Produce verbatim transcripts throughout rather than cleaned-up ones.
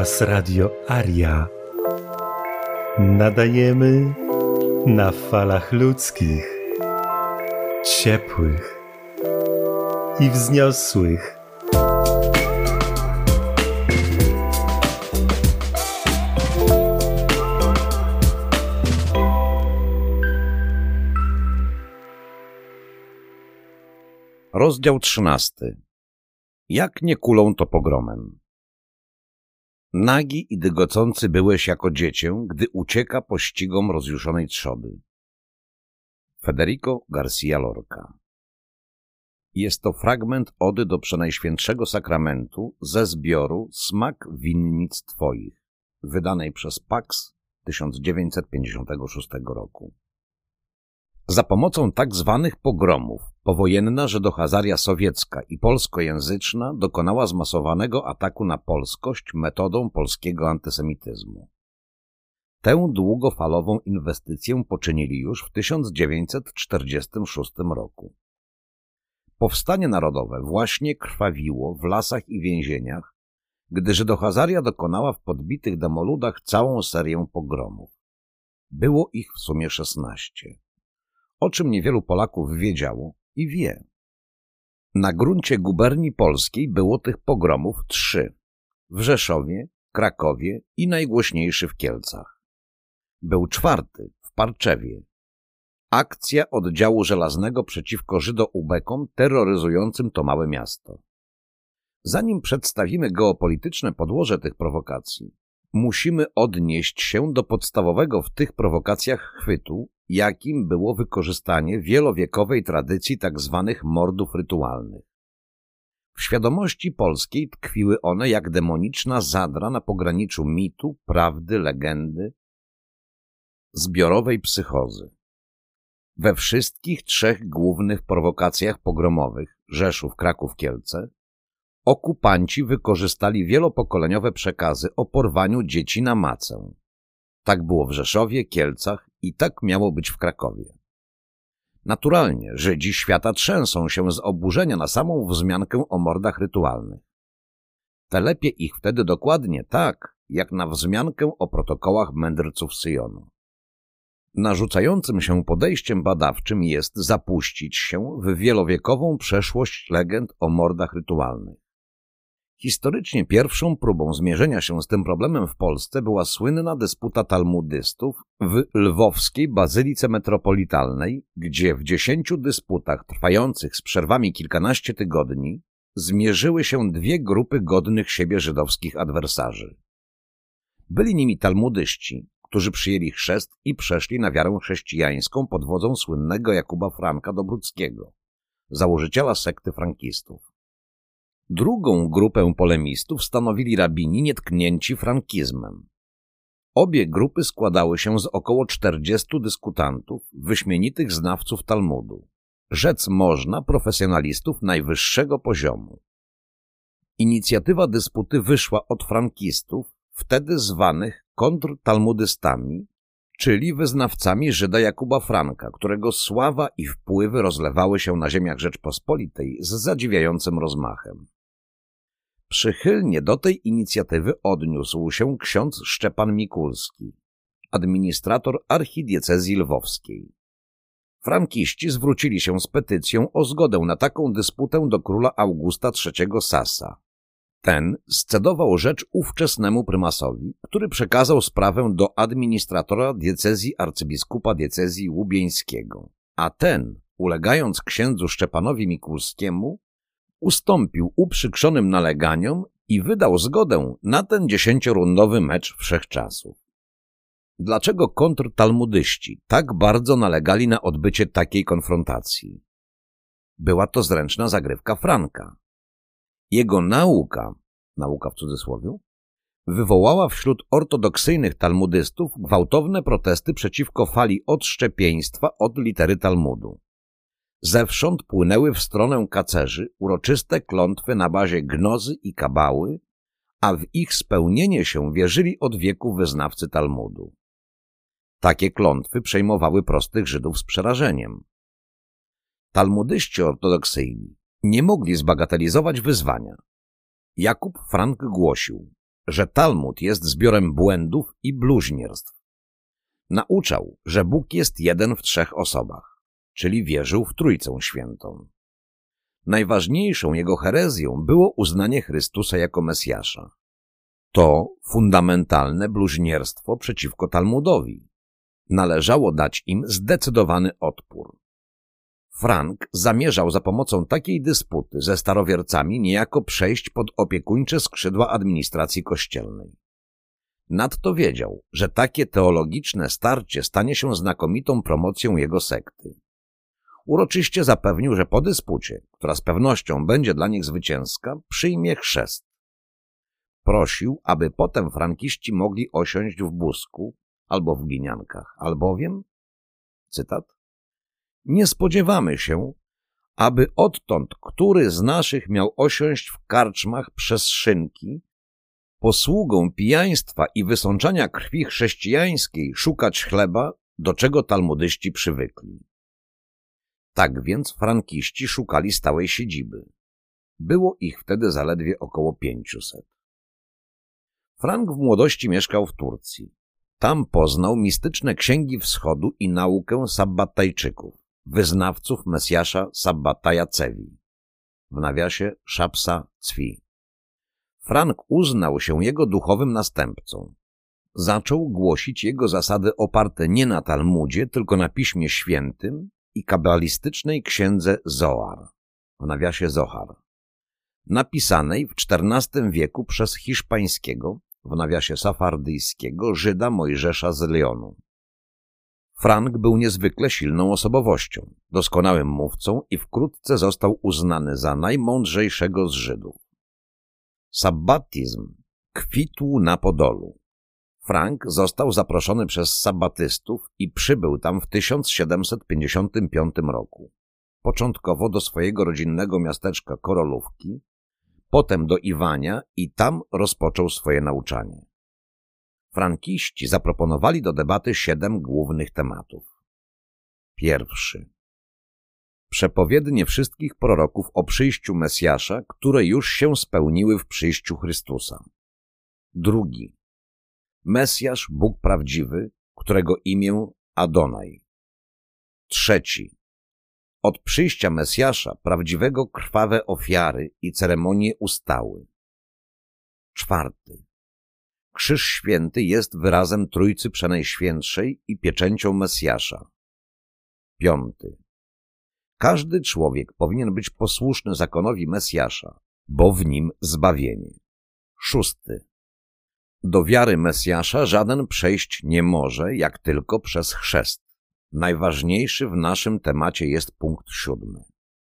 Was Radio Aria. Nadajemy na falach ludzkich, ciepłych i wzniosłych. Rozdział trzynasty. Jak nie kulą, to pogromem. Nagi i dygocący byłeś jako dziecię, gdy ucieka pościgom rozjuszonej trzody. Federico García Lorca. Jest to fragment ody do Przenajświętszego Sakramentu ze zbioru Smak winnic Twoich, wydanej przez Pax tysiąc dziewięćset pięćdziesiątego szóstego roku. Za pomocą tak zwanych pogromów powojenna Żydohazaria sowiecka i polskojęzyczna dokonała zmasowanego ataku na polskość metodą polskiego antysemityzmu. Tę długofalową inwestycję poczynili już w tysiąc dziewięćset czterdziestym szóstym roku. Powstanie narodowe właśnie krwawiło w lasach i więzieniach, gdy Żydohazaria dokonała w podbitych Demoludach całą serię pogromów. Było ich w sumie szesnaście. O czym niewielu Polaków wiedziało i wie. Na gruncie guberni polskiej było tych pogromów trzy. W Rzeszowie, Krakowie i najgłośniejszy w Kielcach. Był czwarty w Parczewie. Akcja oddziału żelaznego przeciwko Żydoubekom terroryzującym to małe miasto. Zanim przedstawimy geopolityczne podłoże tych prowokacji, musimy odnieść się do podstawowego w tych prowokacjach chwytu, jakim było wykorzystanie wielowiekowej tradycji tak zwanych mordów rytualnych. W świadomości polskiej tkwiły one jak demoniczna zadra na pograniczu mitu, prawdy, legendy, zbiorowej psychozy. We wszystkich trzech głównych prowokacjach pogromowych Rzeszów, Kraków, Kielce okupanci wykorzystali wielopokoleniowe przekazy o porwaniu dzieci na macę. Tak było w Rzeszowie, Kielcach i tak miało być w Krakowie. Naturalnie Żydzi świata trzęsą się z oburzenia na samą wzmiankę o mordach rytualnych. Telepie ich wtedy dokładnie tak, jak na wzmiankę o protokołach mędrców Syjonu. Narzucającym się podejściem badawczym jest zapuścić się w wielowiekową przeszłość legend o mordach rytualnych. Historycznie pierwszą próbą zmierzenia się z tym problemem w Polsce była słynna dysputa talmudystów w lwowskiej bazylice metropolitalnej, gdzie w dziesięciu dysputach trwających z przerwami kilkanaście tygodni zmierzyły się dwie grupy godnych siebie żydowskich adwersarzy. Byli nimi talmudyści, którzy przyjęli chrzest i przeszli na wiarę chrześcijańską pod wodzą słynnego Jakuba Franka Dobruckiego, założyciela sekty frankistów. Drugą grupę polemistów stanowili rabini nietknięci frankizmem. Obie grupy składały się z około czterdziestu dyskutantów, wyśmienitych znawców Talmudu. Rzec można profesjonalistów najwyższego poziomu. Inicjatywa dysputy wyszła od frankistów, wtedy zwanych kontrtalmudystami, czyli wyznawcami Żyda Jakuba Franka, którego sława i wpływy rozlewały się na ziemiach Rzeczpospolitej z zadziwiającym rozmachem. Przychylnie do tej inicjatywy odniósł się ksiądz Szczepan Mikulski, administrator archidiecezji lwowskiej. Frankiści zwrócili się z petycją o zgodę na taką dysputę do króla Augusta trzeciego Sasa. Ten scedował rzecz ówczesnemu prymasowi, który przekazał sprawę do administratora diecezji arcybiskupa diecezji łubieńskiego, a ten, ulegając księdzu Szczepanowi Mikulskiemu, ustąpił uprzykrzonym naleganiom i wydał zgodę na ten dziesięciorundowy mecz wszechczasów. Dlaczego kontrtalmudyści tak bardzo nalegali na odbycie takiej konfrontacji? Była to zręczna zagrywka Franka. Jego nauka, nauka w cudzysłowie, wywołała wśród ortodoksyjnych talmudystów gwałtowne protesty przeciwko fali odszczepieństwa od litery Talmudu. Zewsząd płynęły w stronę kacerzy uroczyste klątwy na bazie gnozy i kabały, a w ich spełnienie się wierzyli od wieku wyznawcy Talmudu. Takie klątwy przejmowały prostych Żydów z przerażeniem. Talmudyści ortodoksyjni nie mogli zbagatelizować wyzwania. Jakub Frank głosił: że Talmud jest zbiorem błędów i bluźnierstw. Nauczał, że Bóg jest jeden w trzech osobach, czyli wierzył w Trójcę Świętą. Najważniejszą jego herezją było uznanie Chrystusa jako Mesjasza. To fundamentalne bluźnierstwo przeciwko Talmudowi. Należało dać im zdecydowany odpór. Frank zamierzał za pomocą takiej dysputy ze starowiercami niejako przejść pod opiekuńcze skrzydła administracji kościelnej. Nadto wiedział, że takie teologiczne starcie stanie się znakomitą promocją jego sekty. Uroczyście zapewnił, że po dyspucie, która z pewnością będzie dla nich zwycięska, przyjmie chrzest. Prosił, aby potem frankiści mogli osiąść w Busku albo w Giniankach, albowiem, cytat, nie spodziewamy się, aby odtąd który z naszych miał osiąść w karczmach przez szynki, posługą pijaństwa i wysączania krwi chrześcijańskiej szukać chleba, do czego talmudyści przywykli. Tak więc frankiści szukali stałej siedziby. Było ich wtedy zaledwie około pięciuset. Frank w młodości mieszkał w Turcji. Tam poznał mistyczne księgi wschodu i naukę Sabbatajczyków, wyznawców Mesjasza Sabbataja Cewi, w nawiasie Szapsa Cwi. Frank uznał się jego duchowym następcą. Zaczął głosić jego zasady oparte nie na Talmudzie, tylko na Piśmie Świętym i kabalistycznej księdze Zohar, w nawiasie Zohar, napisanej w czternastym wieku przez hiszpańskiego, w nawiasie safardyjskiego, Żyda Mojżesza z Lyonu. Frank był niezwykle silną osobowością, doskonałym mówcą i wkrótce został uznany za najmądrzejszego z Żydów. Sabbatyzm kwitł na Podolu. Frank został zaproszony przez sabbatystów i przybył tam w tysiąc siedemset pięćdziesiątym piątym roku. Początkowo do swojego rodzinnego miasteczka Korolówki, potem do Iwania i tam rozpoczął swoje nauczanie. Frankiści zaproponowali do debaty siedem głównych tematów. Pierwszy. Przepowiednie wszystkich proroków o przyjściu Mesjasza, które już się spełniły w przyjściu Chrystusa. Drugi. Mesjasz, Bóg prawdziwy, którego imię Adonaj. Trzeci. Od przyjścia Mesjasza prawdziwego krwawe ofiary i ceremonie ustały. Czwarty. Krzyż Święty jest wyrazem Trójcy Przenajświętszej i pieczęcią Mesjasza. Piąty. Każdy człowiek powinien być posłuszny zakonowi Mesjasza, bo w nim zbawienie. Szósty. Do wiary Mesjasza żaden przejść nie może, jak tylko przez chrzest. Najważniejszy w naszym temacie jest punkt siódmy.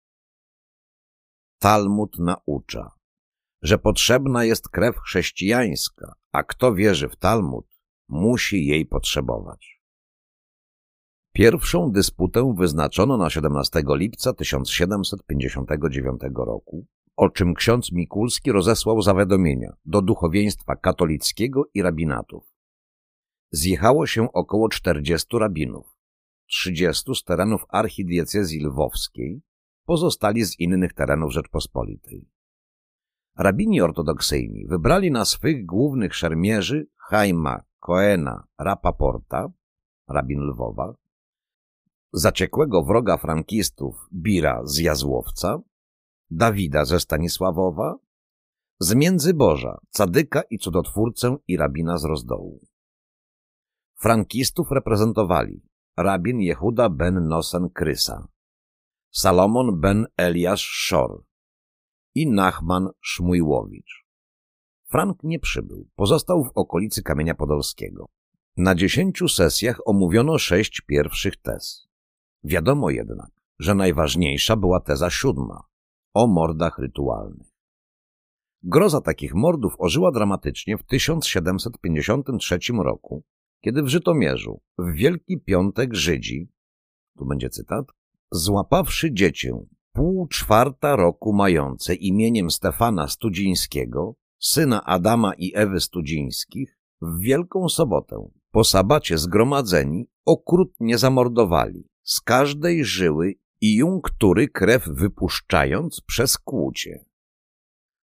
Talmud naucza, że potrzebna jest krew chrześcijańska, a kto wierzy w Talmud, musi jej potrzebować. Pierwszą dysputę wyznaczono na siedemnastego lipca tysiąc siedemset pięćdziesiątego dziewiątego roku, o czym ksiądz Mikulski rozesłał zawiadomienia do duchowieństwa katolickiego i rabinatów. Zjechało się około czterdziestu rabinów, trzydziestu z terenów archidiecezji lwowskiej, pozostali z innych terenów Rzeczpospolitej. Rabini ortodoksyjni wybrali na swych głównych szermierzy Chaima Cohena Rapaporta, rabin Lwowa, zaciekłego wroga frankistów Bira z Jazłowca, Dawida ze Stanisławowa, z Międzyborza Cadyka i cudotwórcę i rabina z Rozdołu. Frankistów reprezentowali rabin Jehuda ben Nosen Krysa, Salomon ben Eliasz Szor i Nachman Szmujłowicz. Frank nie przybył, pozostał w okolicy Kamienia Podolskiego. Na dziesięciu sesjach omówiono sześć pierwszych tez. Wiadomo jednak, że najważniejsza była teza siódma, o mordach rytualnych. Groza takich mordów ożyła dramatycznie w tysiąc siedemset pięćdziesiątym trzecim roku, kiedy w Żytomierzu w Wielki Piątek Żydzi, tu będzie cytat, złapawszy dziecię pół czwarta roku mające imieniem Stefana Studzińskiego, syna Adama i Ewy Studzińskich, w Wielką Sobotę, po sabacie zgromadzeni, okrutnie zamordowali, z każdej żyły i junktury krew wypuszczając przez kłucie.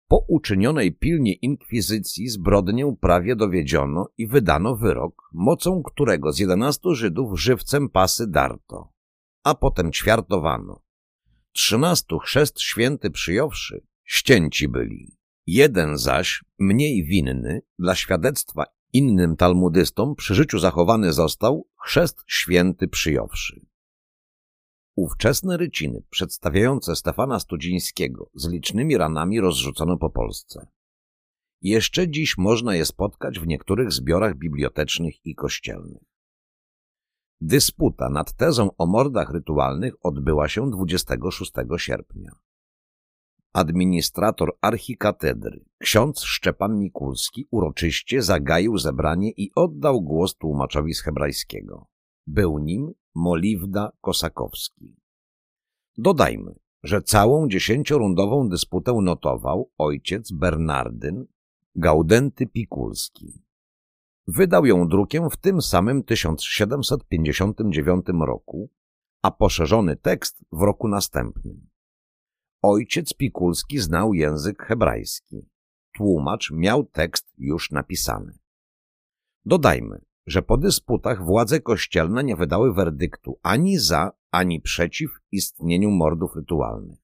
Po uczynionej pilnie inkwizycji zbrodnię prawie dowiedziono i wydano wyrok, mocą którego z jedenastu Żydów żywcem pasy darto, a potem ćwiartowano. Trzynastu chrzest święty przyjąwszy, ścięci byli. Jeden zaś, mniej winny, dla świadectwa innym talmudystom przy życiu zachowany został, chrzest święty przyjąwszy. Ówczesne ryciny przedstawiające Stefana Studzińskiego z licznymi ranami rozrzucono po Polsce. Jeszcze dziś można je spotkać w niektórych zbiorach bibliotecznych i kościelnych. Dysputa nad tezą o mordach rytualnych odbyła się dwudziestego szóstego sierpnia. Administrator archikatedry, ksiądz Szczepan Mikulski, uroczyście zagaił zebranie i oddał głos tłumaczowi z hebrajskiego. Był nim Moliwda Kosakowski. Dodajmy, że całą dziesięciorundową dysputę notował ojciec Bernardyn Gaudenty Pikulski. Wydał ją drukiem w tym samym tysiąc siedemset pięćdziesiątym dziewiątym roku, a poszerzony tekst w roku następnym. Ojciec Pikulski znał język hebrajski. Tłumacz miał tekst już napisany. Dodajmy, że po dysputach władze kościelne nie wydały werdyktu ani za, ani przeciw istnieniu mordów rytualnych.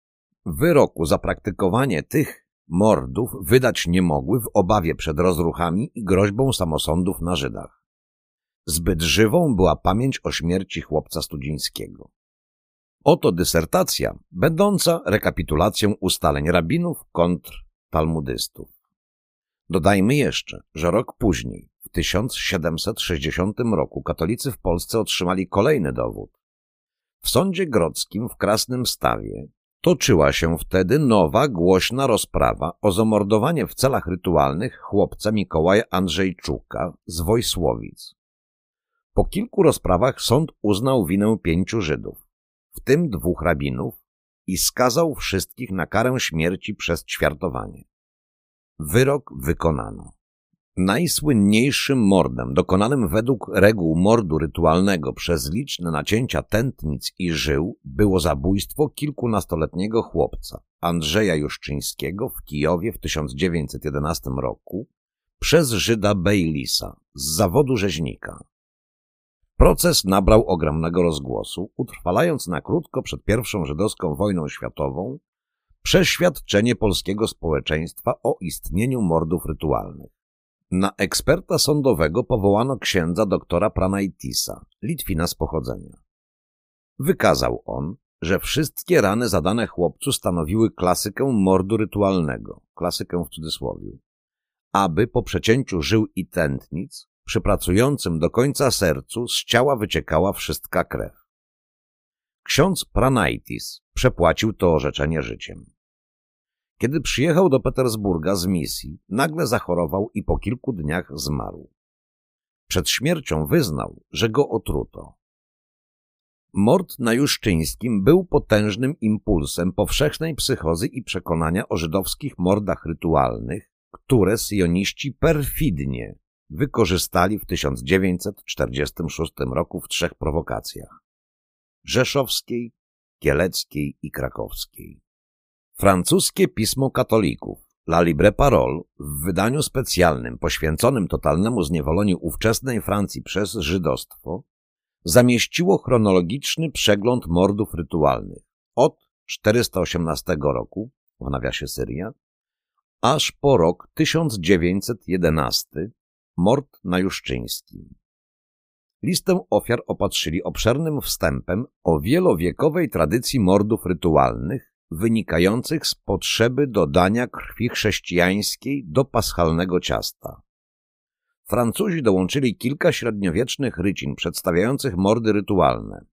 Wyroku za praktykowanie tych mordów wydać nie mogły w obawie przed rozruchami i groźbą samosądów na Żydach. Zbyt żywą była pamięć o śmierci chłopca Studzińskiego. Oto dysertacja, będąca rekapitulacją ustaleń rabinów kontr talmudystów. Dodajmy jeszcze, że rok później, w tysiąc siedemset sześćdziesiątym roku, katolicy w Polsce otrzymali kolejny dowód. W sądzie grodzkim w Krasnym Stawie toczyła się wtedy nowa, głośna rozprawa o zamordowanie w celach rytualnych chłopca Mikołaja Andrzejczuka z Wojsłowic. Po kilku rozprawach sąd uznał winę pięciu Żydów, w tym dwóch rabinów, i skazał wszystkich na karę śmierci przez ćwiartowanie. Wyrok wykonano. Najsłynniejszym mordem dokonanym według reguł mordu rytualnego przez liczne nacięcia tętnic i żył było zabójstwo kilkunastoletniego chłopca Andrzeja Juszczyńskiego w Kijowie w tysiąc dziewięćset jedenastym roku przez Żyda Bejlisa z zawodu rzeźnika. Proces nabrał ogromnego rozgłosu, utrwalając na krótko przed pierwszą żydowską wojną światową przeświadczenie polskiego społeczeństwa o istnieniu mordów rytualnych. Na eksperta sądowego powołano księdza doktora Pranajtisa, Litwina z pochodzenia. Wykazał on, że wszystkie rany zadane chłopcu stanowiły klasykę mordu rytualnego, klasykę w cudzysłowie, aby po przecięciu żył i tętnic przy pracującym do końca sercu z ciała wyciekała wszystka krew. Ksiądz Pranajtis przepłacił to orzeczenie życiem. Kiedy przyjechał do Petersburga z misji, nagle zachorował i po kilku dniach zmarł. Przed śmiercią wyznał, że go otruto. Mord na Juszczyńskim był potężnym impulsem powszechnej psychozy i przekonania o żydowskich mordach rytualnych, które syjoniści perfidnie wykorzystali w tysiąc dziewięćset czterdziestym szóstym roku w trzech prowokacjach: rzeszowskiej, kieleckiej i krakowskiej. Francuskie pismo katolików La Libre Parole w wydaniu specjalnym poświęconym totalnemu zniewoleniu ówczesnej Francji przez żydostwo zamieściło chronologiczny przegląd mordów rytualnych od czterysta osiemnastego roku, w nawiasie Syria, aż po rok tysiąc dziewięćset jedenasty, mord na Juszczyńskim. Listę ofiar opatrzyli obszernym wstępem o wielowiekowej tradycji mordów rytualnych wynikających z potrzeby dodania krwi chrześcijańskiej do paschalnego ciasta. Francuzi dołączyli kilka średniowiecznych rycin przedstawiających mordy rytualne.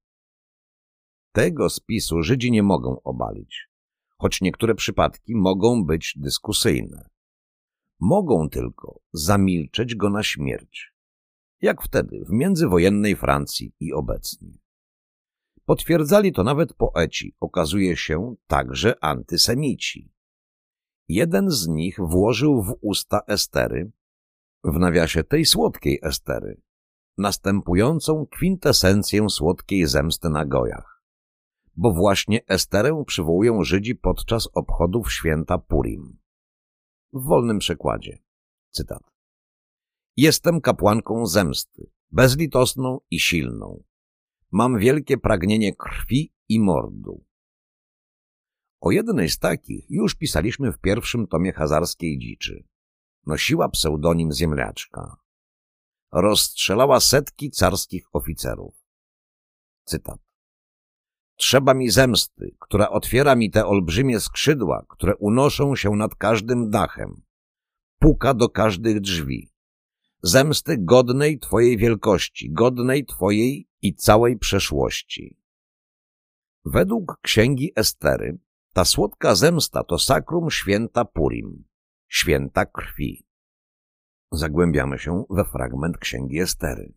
Tego spisu Żydzi nie mogą obalić, choć niektóre przypadki mogą być dyskusyjne. Mogą tylko zamilczeć go na śmierć, jak wtedy w międzywojennej Francji i obecnie. Potwierdzali to nawet poeci, okazuje się także antysemici. Jeden z nich włożył w usta Estery, w nawiasie tej słodkiej Estery, następującą kwintesencję słodkiej zemsty na Gojach, bo właśnie Esterę przywołują Żydzi podczas obchodów święta Purim. W wolnym przekładzie. Cytat. Jestem kapłanką zemsty, bezlitosną i silną. Mam wielkie pragnienie krwi i mordu. O jednej z takich już pisaliśmy w pierwszym tomie Hazarskiej Dziczy. Nosiła pseudonim Ziemniaczka. Rozstrzelała setki carskich oficerów. Cytat. Trzeba mi zemsty, która otwiera mi te olbrzymie skrzydła, które unoszą się nad każdym dachem. Puka do każdych drzwi. Zemsty godnej Twojej wielkości, godnej Twojej i całej przeszłości. Według księgi Estery ta słodka zemsta to sakrum święta Purim, święta krwi. Zagłębiamy się we fragment księgi Estery.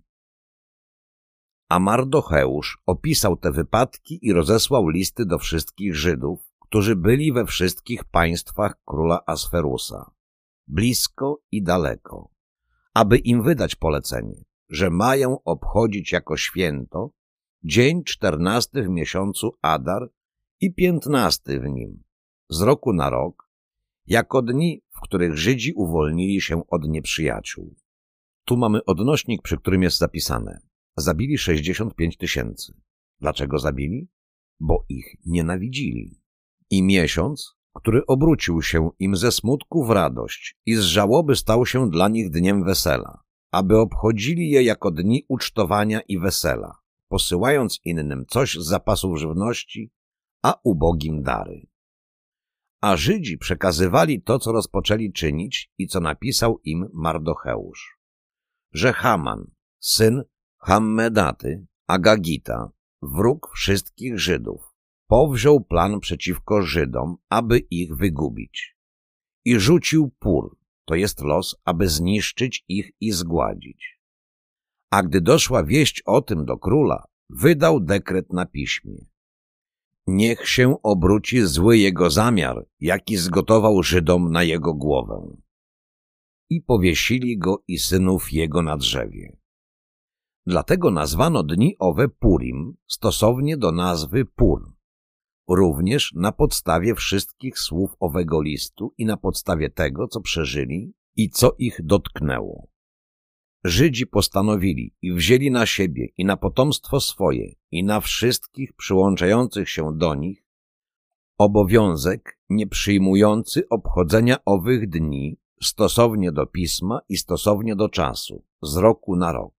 A Mardocheusz opisał te wypadki i rozesłał listy do wszystkich Żydów, którzy byli we wszystkich państwach króla Asferusa, blisko i daleko, aby im wydać polecenie, że mają obchodzić jako święto dzień czternasty w miesiącu Adar i piętnasty w nim, z roku na rok, jako dni, w których Żydzi uwolnili się od nieprzyjaciół. Tu mamy odnośnik, przy którym jest zapisane: zabili sześćdziesiąt pięć tysięcy. Dlaczego zabili? Bo ich nienawidzili. I miesiąc, który obrócił się im ze smutku w radość i z żałoby stał się dla nich dniem wesela, aby obchodzili je jako dni ucztowania i wesela, posyłając innym coś z zapasów żywności, a ubogim dary. A Żydzi przekazywali to, co rozpoczęli czynić i co napisał im Mardocheusz, że Haman, syn Hammedaty, Agagita, wróg wszystkich Żydów, powziął plan przeciwko Żydom, aby ich wygubić. I rzucił pór, to jest los, aby zniszczyć ich i zgładzić. A gdy doszła wieść o tym do króla, wydał dekret na piśmie. Niech się obróci zły jego zamiar, jaki zgotował Żydom na jego głowę. I powiesili go i synów jego na drzewie. Dlatego nazwano dni owe Purim stosownie do nazwy Pur, również na podstawie wszystkich słów owego listu i na podstawie tego, co przeżyli i co ich dotknęło. Żydzi postanowili i wzięli na siebie i na potomstwo swoje i na wszystkich przyłączających się do nich obowiązek nieprzyjmujący obchodzenia owych dni stosownie do pisma i stosownie do czasu, z roku na rok.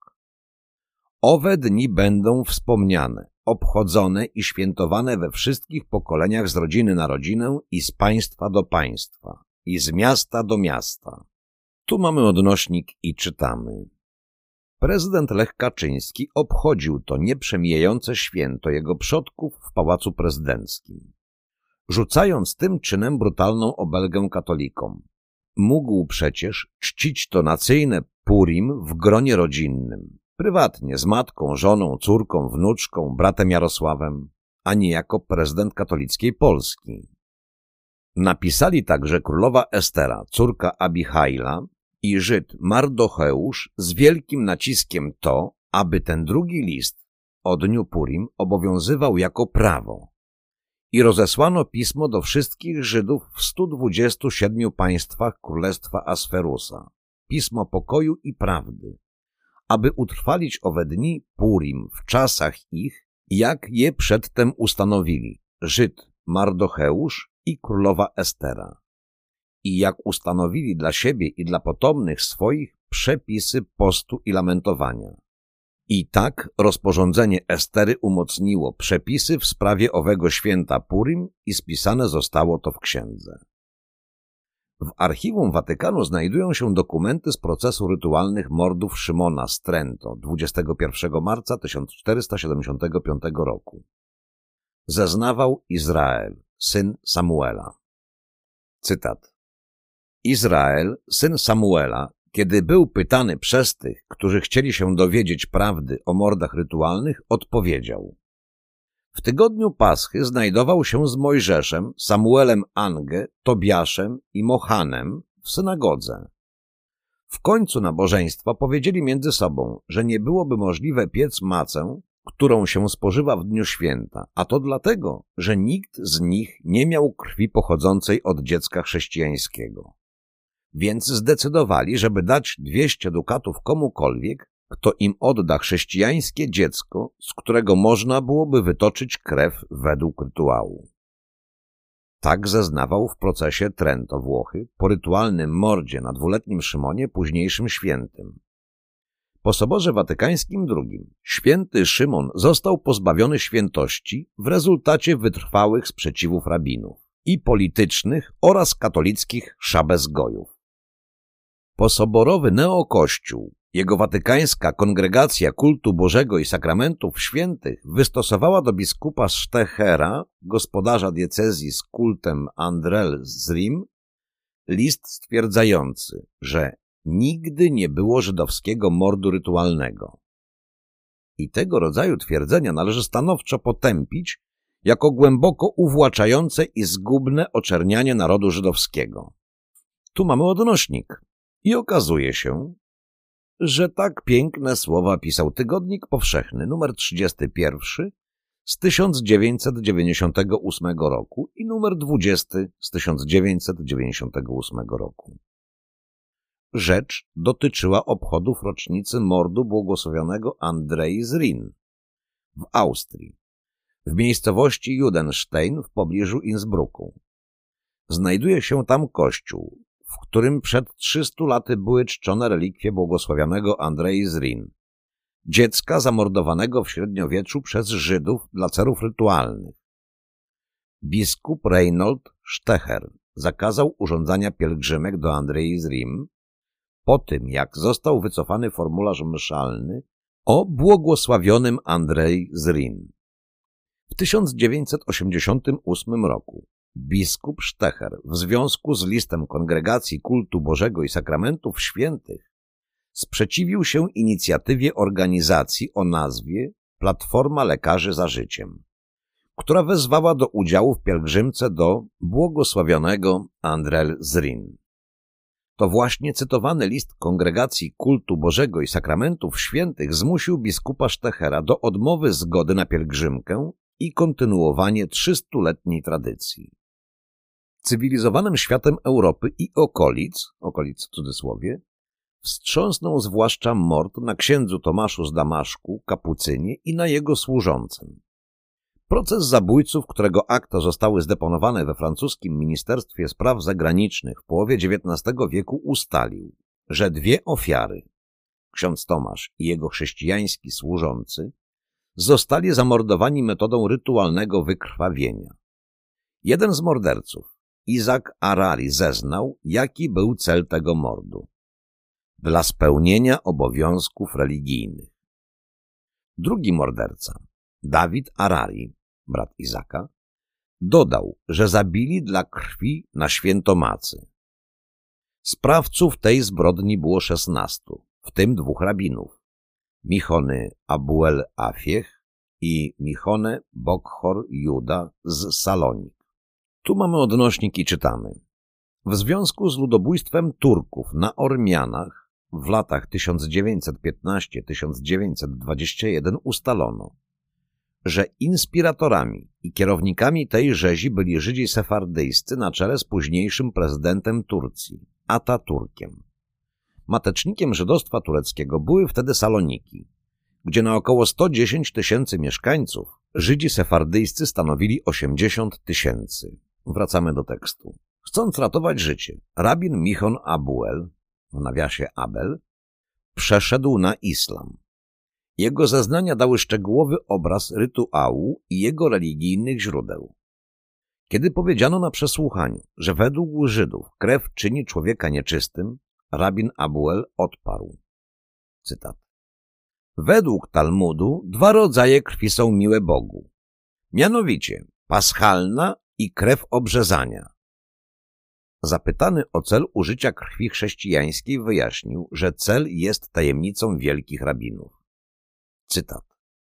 Owe dni będą wspomniane, obchodzone i świętowane we wszystkich pokoleniach z rodziny na rodzinę i z państwa do państwa, i z miasta do miasta. Tu mamy odnośnik i czytamy. Prezydent Lech Kaczyński obchodził to nieprzemijające święto jego przodków w Pałacu Prezydenckim, rzucając tym czynem brutalną obelgę katolikom. Mógł przecież czcić to nacyjne Purim w gronie rodzinnym, prywatnie z matką, żoną, córką, wnuczką, bratem Jarosławem, a nie jako prezydent katolickiej Polski. Napisali także królowa Estera, córka Abihaila, i Żyd Mardocheusz z wielkim naciskiem to, aby ten drugi list o dniu Purim obowiązywał jako prawo. I rozesłano pismo do wszystkich Żydów w stu dwudziestu siedmiu państwach Królestwa Asferusa, pismo pokoju i prawdy, aby utrwalić owe dni Purim w czasach ich, jak je przedtem ustanowili Żyd Mardocheusz i królowa Estera, i jak ustanowili dla siebie i dla potomnych swoich przepisy postu i lamentowania. I tak rozporządzenie Estery umocniło przepisy w sprawie owego święta Purim i spisane zostało to w księdze. W archiwum Watykanu znajdują się dokumenty z procesu rytualnych mordów Szymona z Trento dwudziestego pierwszego marca tysiąc czterysta siedemdziesiątego piątego roku. Zeznawał Izrael, syn Samuela. Cytat. Izrael, syn Samuela, kiedy był pytany przez tych, którzy chcieli się dowiedzieć prawdy o mordach rytualnych, odpowiedział: w tygodniu Paschy znajdował się z Mojżeszem, Samuelem Angę, Tobiaszem i Mochanem w synagodze. W końcu nabożeństwa powiedzieli między sobą, że nie byłoby możliwe piec macę, którą się spożywa w dniu święta, a to dlatego, że nikt z nich nie miał krwi pochodzącej od dziecka chrześcijańskiego. więc zdecydowali, żeby dać dwieście dukatów komukolwiek, kto im odda chrześcijańskie dziecko, z którego można byłoby wytoczyć krew według rytuału. Tak zeznawał w procesie Trento Włochy po rytualnym mordzie na dwuletnim Szymonie, późniejszym świętym. Po Soborze Watykańskim drugim święty Szymon został pozbawiony świętości w rezultacie wytrwałych sprzeciwów rabinów i politycznych oraz katolickich szabezgojów. Posoborowy neokościół, jego watykańska Kongregacja Kultu Bożego i Sakramentów Świętych wystosowała do biskupa Sztechera, gospodarza diecezji z kultem Andrel z Rim, list stwierdzający, że nigdy nie było żydowskiego mordu rytualnego. I tego rodzaju twierdzenia należy stanowczo potępić jako głęboko uwłaczające i zgubne oczernianie narodu żydowskiego. Tu mamy odnośnik i okazuje się, że tak piękne słowa pisał Tygodnik Powszechny numer trzydziesty pierwszy z tysiąc dziewięćset dziewięćdziesiątego ósmego roku i numer dwudziesty z tysiąc dziewięćset dziewięćdziesiątego ósmego roku. Rzecz dotyczyła obchodów rocznicy mordu błogosławionego Andrei z Rin w Austrii, w miejscowości Judenstein w pobliżu Innsbrucku. Znajduje się tam kościół, w którym przed trzystu laty były czczone relikwie błogosławionego Andrei z Rin, dziecka zamordowanego w średniowieczu przez Żydów dla celów rytualnych. Biskup Reinhold Sztecher zakazał urządzania pielgrzymek do Andrei z Rim po tym, jak został wycofany formularz mszalny o błogosławionym Andrei z Rin. W tysiąc dziewięćset osiemdziesiątym ósmym roku biskup Sztecher w związku z listem Kongregacji Kultu Bożego i Sakramentów Świętych sprzeciwił się inicjatywie organizacji o nazwie Platforma Lekarzy za Życiem, która wezwała do udziału w pielgrzymce do błogosławionego Andrel z Rin. To właśnie cytowany list Kongregacji Kultu Bożego i Sakramentów Świętych zmusił biskupa Sztechera do odmowy zgody na pielgrzymkę i kontynuowanie trzystuletniej tradycji. Cywilizowanym światem Europy i okolic, okolic w cudzysłowie, wstrząsnął zwłaszcza mord na księdzu Tomaszu z Damaszku, kapucynie i na jego służącym. Proces zabójców, którego akta zostały zdeponowane we francuskim Ministerstwie Spraw Zagranicznych w połowie dziewiętnastego wieku, ustalił, że dwie ofiary, ksiądz Tomasz i jego chrześcijański służący, zostali zamordowani metodą rytualnego wykrwawienia. Jeden z morderców, Isaac Harari, zeznał, jaki był cel tego mordu. Dla spełnienia obowiązków religijnych. Drugi morderca, Dawid Harari, brat Izaka, dodał, że zabili dla krwi na świętomacy. Sprawców tej zbrodni było szesnastu, w tym dwóch rabinów, Michony Abuel Afiech i Michone Bokhor Juda z Salonik. Tu mamy odnośnik i czytamy. W związku z ludobójstwem Turków na Ormianach w latach tysiąc dziewięćset piętnasty do tysiąc dziewięćset dwudziestego pierwszego ustalono, że inspiratorami i kierownikami tej rzezi byli Żydzi sefardyjscy na czele z późniejszym prezydentem Turcji, Ataturkiem. Matecznikiem żydostwa tureckiego były wtedy Saloniki, gdzie na około sto dziesięć tysięcy mieszkańców Żydzi sefardyjscy stanowili osiemdziesiąt tysięcy. Wracamy do tekstu. Chcąc ratować życie, rabin Michon Abuel, w nawiasie Abel, przeszedł na islam. Jego zeznania dały szczegółowy obraz rytuału i jego religijnych źródeł. Kiedy powiedziano na przesłuchaniu, że według Żydów krew czyni człowieka nieczystym, rabin Abuel odparł. Cytat. Według Talmudu dwa rodzaje krwi są miłe Bogu, mianowicie paschalna i krew obrzezania. Zapytany o cel użycia krwi chrześcijańskiej wyjaśnił, że cel jest tajemnicą wielkich rabinów. Cytat.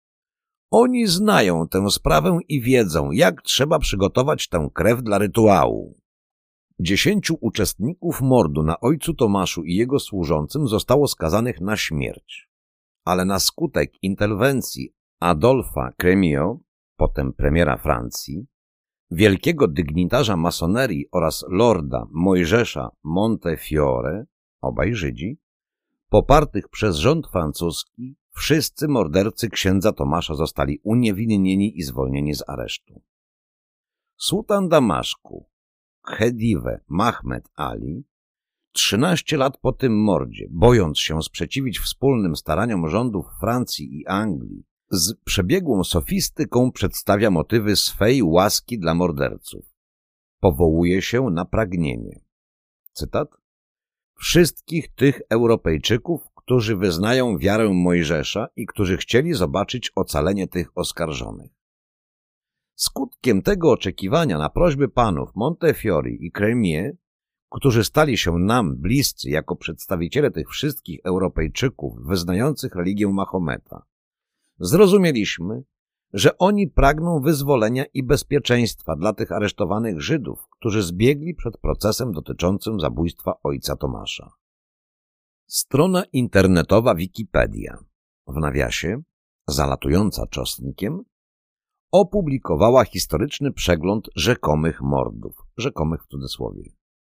Oni znają tę sprawę i wiedzą, jak trzeba przygotować tę krew dla rytuału. Dziesięciu uczestników mordu na ojcu Tomaszu i jego służącym zostało skazanych na śmierć, ale na skutek interwencji Adolfa Crémieux, potem premiera Francji, wielkiego dygnitarza masonerii oraz lorda Mojżesza Montefiore, obaj Żydzi, popartych przez rząd francuski, wszyscy mordercy księdza Tomasza zostali uniewinnieni i zwolnieni z aresztu. Sułtan Damaszku, Khedive Mahmed Ali, trzynaście lat po tym mordzie, bojąc się sprzeciwić wspólnym staraniom rządów Francji i Anglii, z przebiegłą sofistyką przedstawia motywy swej łaski dla morderców. Powołuje się na pragnienie. Cytat. Wszystkich tych Europejczyków, którzy wyznają wiarę Mojżesza i którzy chcieli zobaczyć ocalenie tych oskarżonych. Skutkiem tego oczekiwania na prośby panów Montefiore i Crémier, którzy stali się nam bliscy jako przedstawiciele tych wszystkich Europejczyków wyznających religię Mahometa, zrozumieliśmy, że oni pragną wyzwolenia i bezpieczeństwa dla tych aresztowanych Żydów, którzy zbiegli przed procesem dotyczącym zabójstwa ojca Tomasza. Strona internetowa Wikipedia, w nawiasie, zalatująca czosnkiem, opublikowała historyczny przegląd rzekomych mordów, rzekomych w cudzysłowie.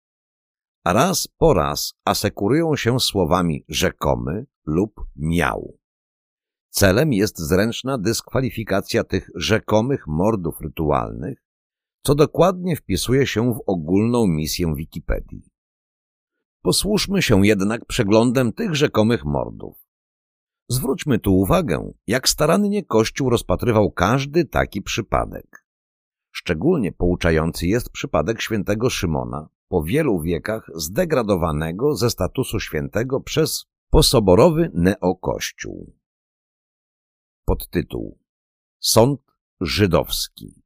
Raz po raz asekurują się słowami rzekomy lub miał. Celem jest zręczna dyskwalifikacja tych rzekomych mordów rytualnych, co dokładnie wpisuje się w ogólną misję Wikipedii. Posłużmy się jednak przeglądem tych rzekomych mordów. Zwróćmy tu uwagę, jak starannie Kościół rozpatrywał każdy taki przypadek. Szczególnie pouczający jest przypadek świętego Szymona, po wielu wiekach zdegradowanego ze statusu świętego przez posoborowy neokościół. Podtytuł: Sąd żydowski.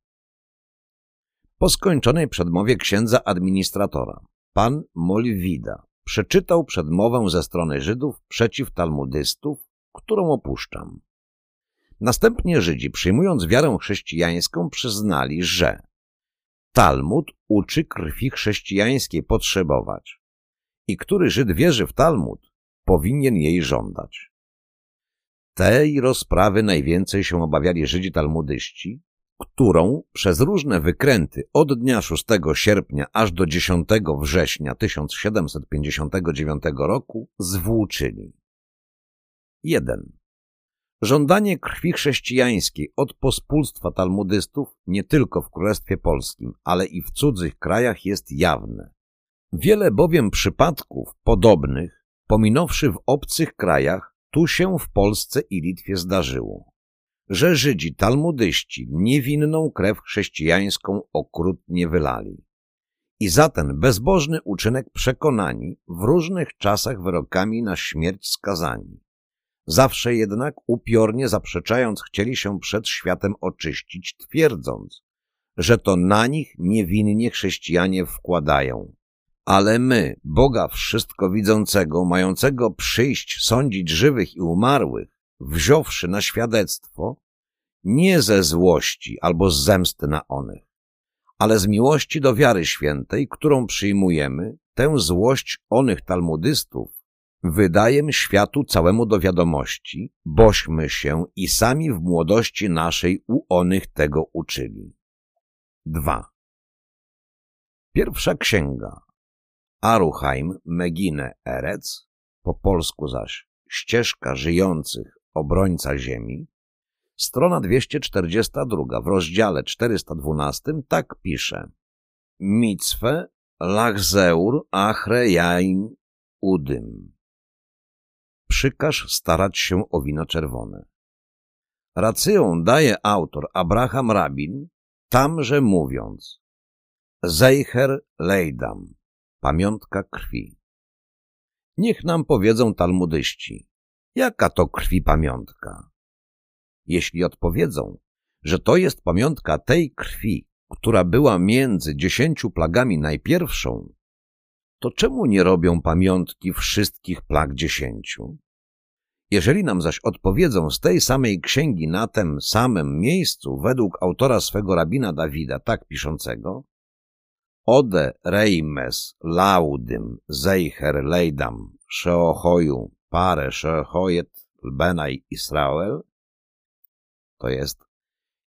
Po skończonej przedmowie księdza administratora, pan Molwida przeczytał przedmowę ze strony Żydów przeciw talmudystów, którą opuszczam. Następnie Żydzi, przyjmując wiarę chrześcijańską, przyznali, że Talmud uczy krwi chrześcijańskiej potrzebować i który Żyd wierzy w Talmud, powinien jej żądać. Tej rozprawy najwięcej się obawiali Żydzi talmudyści, którą przez różne wykręty od dnia szóstego sierpnia aż do dziesiątego września tysiąc siedemset pięćdziesiątego dziewiątego roku zwłóczyli. jeden. Żądanie krwi chrześcijańskiej od pospólstwa talmudystów nie tylko w Królestwie Polskim, ale i w cudzych krajach jest jawne. Wiele bowiem przypadków podobnych, pominąwszy w obcych krajach, tu się w Polsce i Litwie zdarzyło, że Żydzi talmudyści niewinną krew chrześcijańską okrutnie wylali i za ten bezbożny uczynek przekonani, w różnych czasach wyrokami na śmierć skazani. Zawsze jednak upiornie zaprzeczając chcieli się przed światem oczyścić, twierdząc, że to na nich niewinnie chrześcijanie wkładają. Ale my, Boga wszystko widzącego, mającego przyjść sądzić żywych i umarłych, wziąwszy na świadectwo, nie ze złości albo z zemsty na onych, ale z miłości do wiary świętej, którą przyjmujemy, tę złość onych talmudystów wydajem światu całemu do wiadomości, bośmy się i sami w młodości naszej u onych tego uczyli. dwa. Pierwsza księga Aruchaim Megine Erec, po polsku zaś Ścieżka żyjących, obrońca ziemi, strona dwieście czterdziesta druga, w rozdziale czterysta dwunastym tak pisze: Micwe lachzeur achre jain udym. Przykaż starać się o wino czerwone. Rację daje autor Abraham Rabin, tamże mówiąc: Zeicher leidam, pamiątka krwi. Niech nam powiedzą talmudyści, jaka to krwi pamiątka? Jeśli odpowiedzą, że to jest pamiątka tej krwi, która była między dziesięciu plagami najpierwszą, to czemu nie robią pamiątki wszystkich plag dziesięciu? Jeżeli nam zaś odpowiedzą z tej samej księgi na tym samym miejscu, według autora swego rabina Dawida, tak piszącego: Ode reimes laudym zeicher leidam sheochoju pare sheochojet lbenaj Israel, to jest: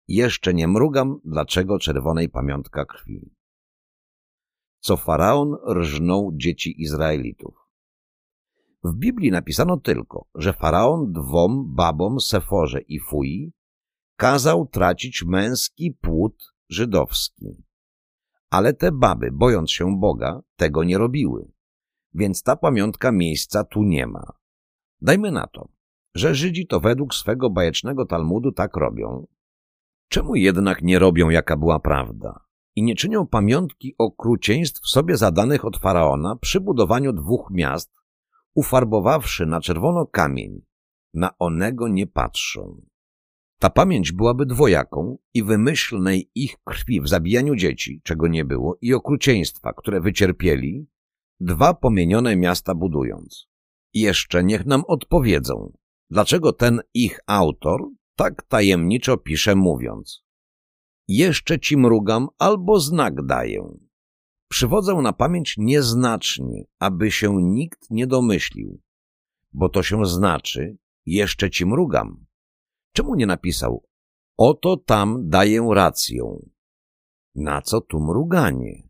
Jeszcze nie mrugam, dlaczego czerwonej pamiątka krwi. Co faraon rżnął dzieci Izraelitów. W Biblii napisano tylko, że faraon dwom babom Seforze i Fui kazał tracić męski płód żydowski. Ale te baby, bojąc się Boga, tego nie robiły, więc ta pamiątka miejsca tu nie ma. Dajmy na to, że Żydzi to według swego bajecznego Talmudu tak robią. Czemu jednak nie robią, jaka była prawda, i nie czynią pamiątki okrucieństw sobie zadanych od faraona przy budowaniu dwóch miast, ufarbowawszy na czerwono kamień, na onego nie patrzą. Ta pamięć byłaby dwojaką i wymyślnej ich krwi w zabijaniu dzieci, czego nie było, i okrucieństwa, które wycierpieli, dwa pomienione miasta budując. I jeszcze niech nam odpowiedzą, dlaczego ten ich autor tak tajemniczo pisze, mówiąc: jeszcze ci mrugam albo znak daję. Przywodzę na pamięć nieznacznie, aby się nikt nie domyślił, bo to się znaczy jeszcze ci mrugam. Czemu nie napisał oto tam daję rację? Na co tu mruganie?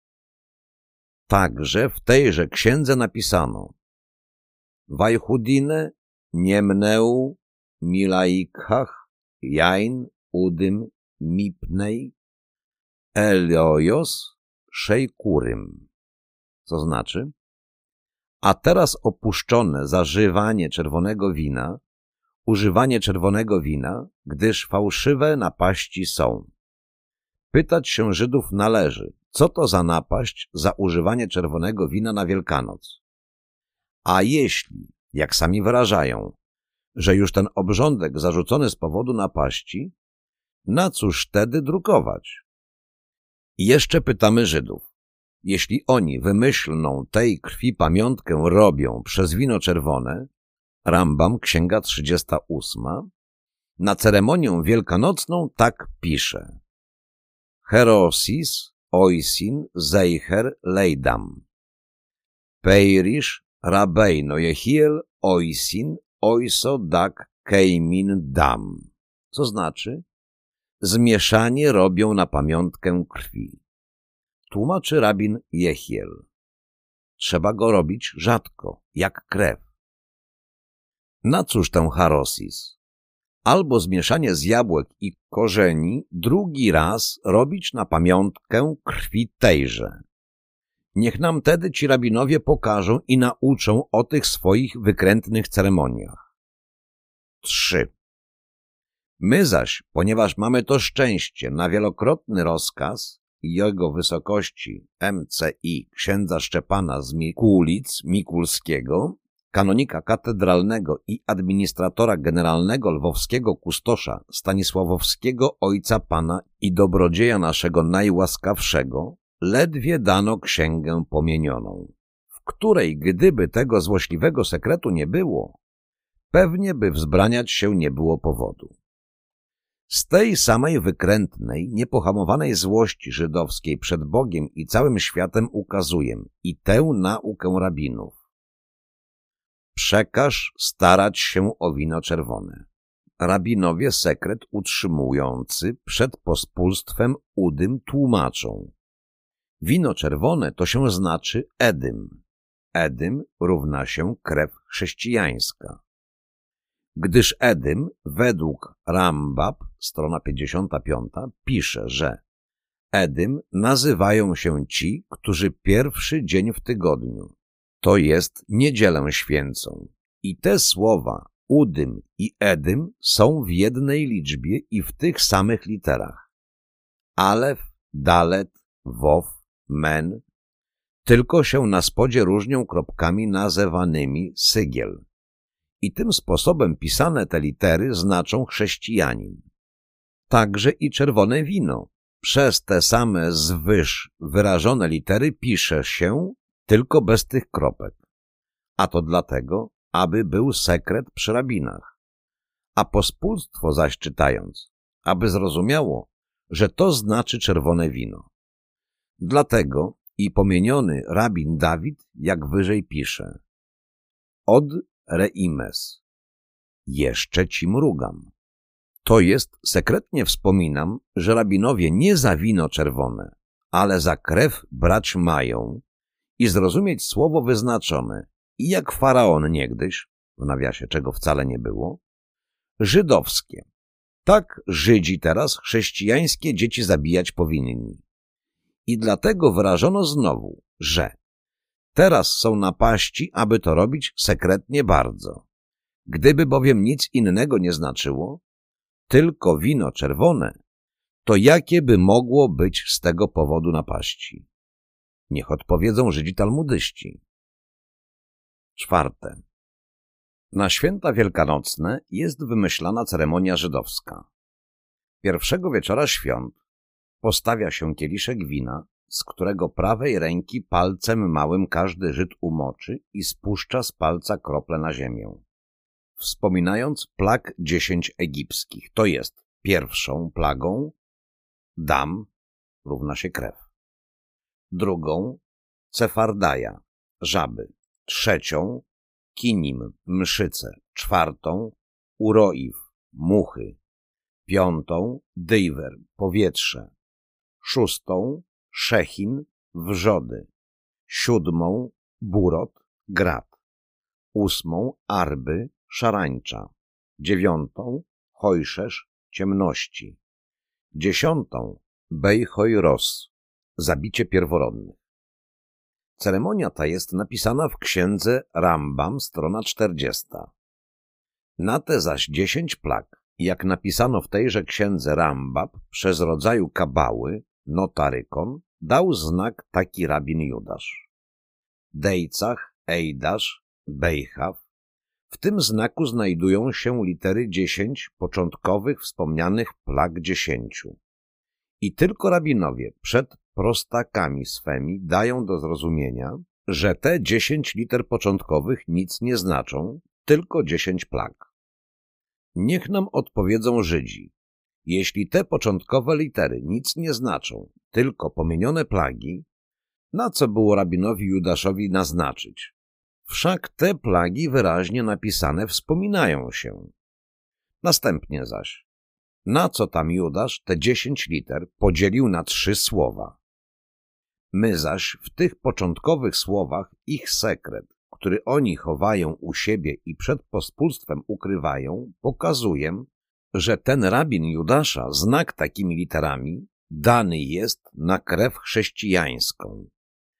Także w tejże księdze napisano: Wajchudine niemneu milaikhach jain udym mipnej eliojos szejkurym. Co znaczy? A teraz opuszczone zażywanie czerwonego wina, używanie czerwonego wina, gdyż fałszywe napaści są. Pytać się Żydów należy, co to za napaść za używanie czerwonego wina na Wielkanoc. A jeśli, jak sami wyrażają, że już ten obrządek zarzucony z powodu napaści, na cóż wtedy drukować? I jeszcze pytamy Żydów, jeśli oni wymyślną tej krwi pamiątkę robią przez wino czerwone, Rambam, księga trzydziesta ósma, na ceremonię wielkanocną tak pisze: Herosis oisin zeicher leidam. Peirish rabeino Jehiel oisin oiso dak keimin dam. Co znaczy? Zmieszanie robią na pamiątkę krwi. Tłumaczy rabin Jehiel. Trzeba go robić rzadko, jak krew. Na cóż ten harosis? Albo zmieszanie z jabłek i korzeni drugi raz robić na pamiątkę krwi tejże. Niech nam tedy ci rabinowie pokażą i nauczą o tych swoich wykrętnych ceremoniach. trzy. My zaś, ponieważ mamy to szczęście na wielokrotny rozkaz Jego Wysokości M C I księdza Szczepana z Mikulic Mikulskiego, kanonika katedralnego i administratora generalnego lwowskiego kustosza Stanisławowskiego ojca Pana i dobrodzieja naszego najłaskawszego, ledwie dano księgę pomienioną, w której gdyby tego złośliwego sekretu nie było, pewnie by wzbraniać się nie było powodu. Z tej samej wykrętnej, niepohamowanej złości żydowskiej przed Bogiem i całym światem ukazuję i tę naukę rabinów. Przekaż starać się o wino czerwone. Rabinowie sekret utrzymujący przed pospólstwem udym tłumaczą. Wino czerwone to się znaczy edym. Edym równa się krew chrześcijańska. Gdyż edym według Rambab, strona pięćdziesiąta piąta, pisze, że edym nazywają się ci, którzy pierwszy dzień w tygodniu, to jest niedzielę święcą. I te słowa udym i edym są w jednej liczbie i w tych samych literach. Alef, dalet, wow, men, tylko się na spodzie różnią kropkami nazywanymi sygiel. I tym sposobem pisane te litery znaczą chrześcijanin. Także i czerwone wino przez te same zwyż wyrażone litery pisze się, tylko bez tych kropek. A to dlatego, aby był sekret przy rabinach. A pospólstwo zaś czytając, aby zrozumiało, że to znaczy czerwone wino. Dlatego i pomieniony rabin Dawid, jak wyżej pisze: Od reimes. Jeszcze ci mrugam. To jest, sekretnie wspominam, że rabinowie nie za wino czerwone, ale za krew brać mają i zrozumieć słowo wyznaczone i jak faraon niegdyś, w nawiasie czego wcale nie było, żydowskie. Tak Żydzi teraz chrześcijańskie dzieci zabijać powinni. I dlatego wyrażono znowu, że teraz są napaści, aby to robić sekretnie bardzo. Gdyby bowiem nic innego nie znaczyło, tylko wino czerwone, to jakie by mogło być z tego powodu napaści? Niech odpowiedzą Żydzi talmudyści. Czwarte. Na święta wielkanocne jest wymyślana ceremonia żydowska. Pierwszego wieczora świąt postawia się kieliszek wina, z którego prawej ręki palcem małym każdy Żyd umoczy i spuszcza z palca krople na ziemię, wspominając plag dziesięć egipskich, to jest pierwszą plagą dam równa się krew, drugą cefardaja, żaby, trzecią kinim, mszyce, czwartą uroiw, muchy, piątą dywer, powietrze, szóstą szechin, wrzody, siódmą burot, grat, ósmą arby, szarańcza, dziewiątą chojszesz, ciemności, dziesiątą bejchojros, zabicie pierworodnych. Ceremonia ta jest napisana w księdze Rambam, strona czterdziesta. Na te zaś dziesięć plag, jak napisano w tejże księdze Rambam przez rodzaju kabały, notarykon, dał znak taki rabin Judasz. Dejcach, Ejdasz, Bejchaw. W tym znaku znajdują się litery dziesięć początkowych wspomnianych plag dziesięciu. I tylko rabinowie przed prostakami swemi dają do zrozumienia, że te dziesięć liter początkowych nic nie znaczą, tylko dziesięć plag. Niech nam odpowiedzą Żydzi. Jeśli te początkowe litery nic nie znaczą, tylko pomienione plagi, na co było rabinowi Judaszowi naznaczyć? Wszak te plagi wyraźnie napisane wspominają się. Następnie zaś, na co tam Judasz te dziesięć liter podzielił na trzy słowa? My zaś w tych początkowych słowach ich sekret, który oni chowają u siebie i przed pospólstwem ukrywają, pokazuję, że ten rabin Judasza znak takimi literami dany jest na krew chrześcijańską.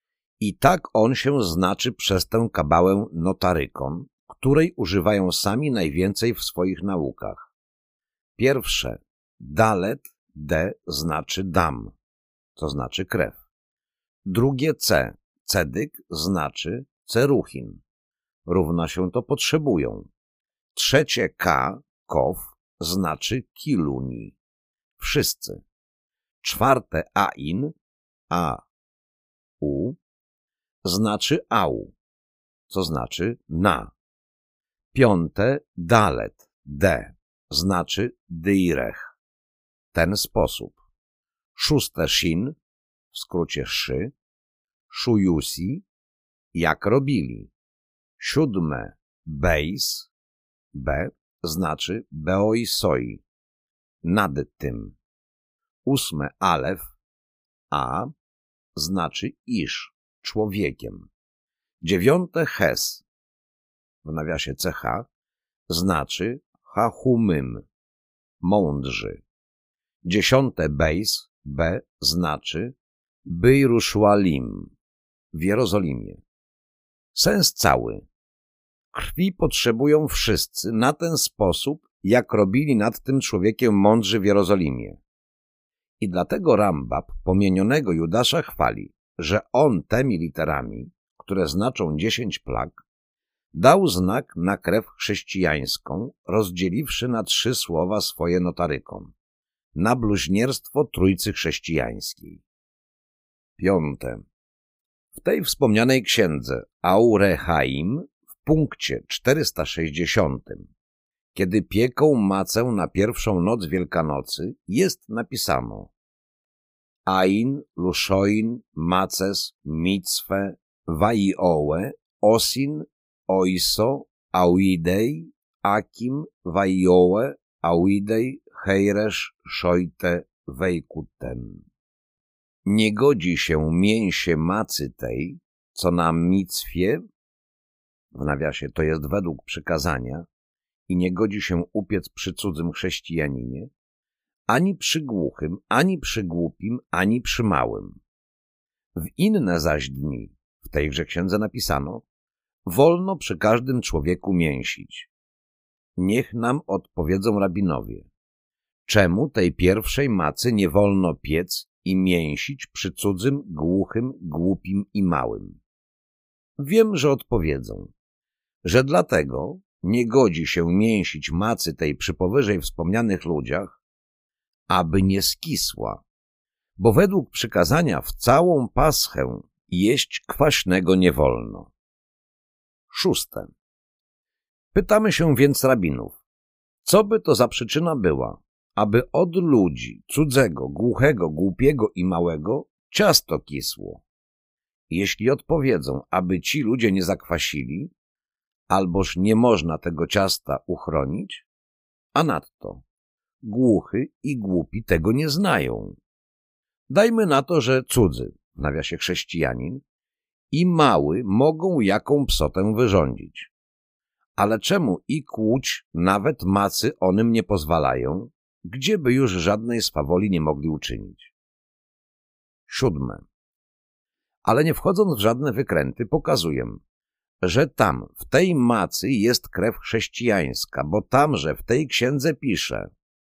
I tak on się znaczy przez tę kabałę notarykon, której używają sami najwięcej w swoich naukach. Pierwsze, dalet, d znaczy dam, to znaczy krew. Drugie c, cedyk znaczy ceruchin, równa się to potrzebują. Trzecie k, kof, znaczy kiluni, wszyscy. Czwarte ain, a, u, znaczy au, co znaczy na. Piąte dalet, d, znaczy dyrech, ten sposób. Szóste shin, w skrócie szy, szujusi, jak robili. Siódme bejs, b, znaczy beoisoi, nad tym. Ósme alef, a, znaczy iż, człowiekiem. Dziewiąte ches, w nawiasie ch, znaczy chachumym, mądrzy. Dziesiąte bejs, b, znaczy Bejruszłalim, w Jerozolimie. Sens cały. Krwi potrzebują wszyscy na ten sposób, jak robili nad tym człowiekiem mądrzy w Jerozolimie. I dlatego Rambab pomienionego Judasza chwali, że on tymi literami, które znaczą dziesięć plag, dał znak na krew chrześcijańską, rozdzieliwszy na trzy słowa swoje notarykon, na bluźnierstwo Trójcy Chrześcijańskiej. Piąte. W tej wspomnianej księdze Aurechaim w punkcie czterysta sześćdziesiątym, kiedy pieką macę na pierwszą noc Wielkanocy, jest napisano: Ain, Luszoin, Maces, Micwe, Waiołe, Osin, Oiso, Auidei, Akim, Waiołe, Auidei, hejresz szojte wejkutem. Nie godzi się mięsie macy tej, co na micwie, w nawiasie to jest według przykazania, i nie godzi się upiec przy cudzym chrześcijaninie, ani przy głuchym, ani przy głupim, ani przy małym. W inne zaś dni, w tejże księdze napisano, wolno przy każdym człowieku mięsić. Niech nam odpowiedzą rabinowie, czemu tej pierwszej macy nie wolno piec i mięsić przy cudzym, głuchym, głupim i małym? Wiem, że odpowiedzą, że dlatego nie godzi się mięsić macy tej przy powyżej wspomnianych ludziach, aby nie skisła, bo według przykazania w całą paschę jeść kwaśnego nie wolno. Szóste. Pytamy się więc rabinów, co by to za przyczyna była, aby od ludzi cudzego, głuchego, głupiego i małego ciasto kisło? Jeśli odpowiedzą, aby ci ludzie nie zakwasili, alboż nie można tego ciasta uchronić, a nadto głuchy i głupi tego nie znają. Dajmy na to, że cudzy, w nawiasie chrześcijanin, i mały mogą jaką psotę wyrządzić. Ale czemu i kłuć nawet macy onym nie pozwalają, gdzieby już żadnej swawoli nie mogli uczynić? Siódme. Ale nie wchodząc w żadne wykręty, pokazuję, że tam, w tej macy jest krew chrześcijańska, bo tamże w tej księdze pisze,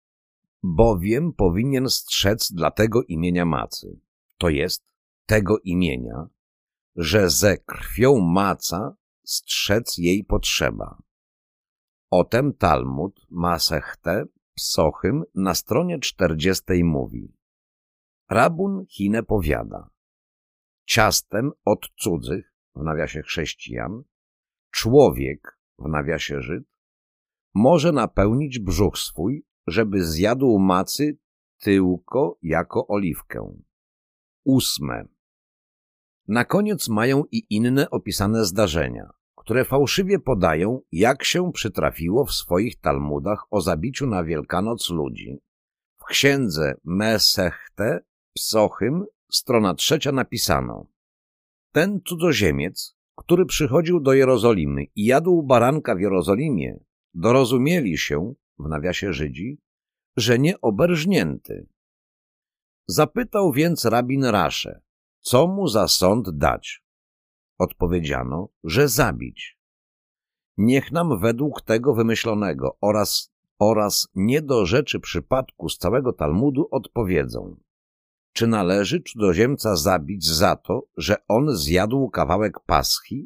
bowiem powinien strzec dla tego imienia macy, to jest tego imienia, że ze krwią maca strzec jej potrzeba. O tem Talmud Masechte Psochym na stronie czterdziestej mówi. Rabun Hine powiada, ciastem od cudzych, w nawiasie chrześcijan, człowiek, w nawiasie Żyd, może napełnić brzuch swój, żeby zjadł macy tyłko jako oliwkę. Ósme. Na koniec mają i inne opisane zdarzenia, które fałszywie podają, jak się przytrafiło w swoich talmudach o zabiciu na Wielkanoc ludzi. W księdze Mesechte Psochym, strona trzecia, napisano: ten cudzoziemiec, który przychodził do Jerozolimy i jadł baranka w Jerozolimie, dorozumieli się, w nawiasie Żydzi, że nie oberżnięty. Zapytał więc rabin Rasze, co mu za sąd dać? Odpowiedziano, że zabić. Niech nam według tego wymyślonego oraz, oraz nie do rzeczy przypadku z całego Talmudu odpowiedzą, czy należy cudzoziemca zabić za to, że on zjadł kawałek paschy?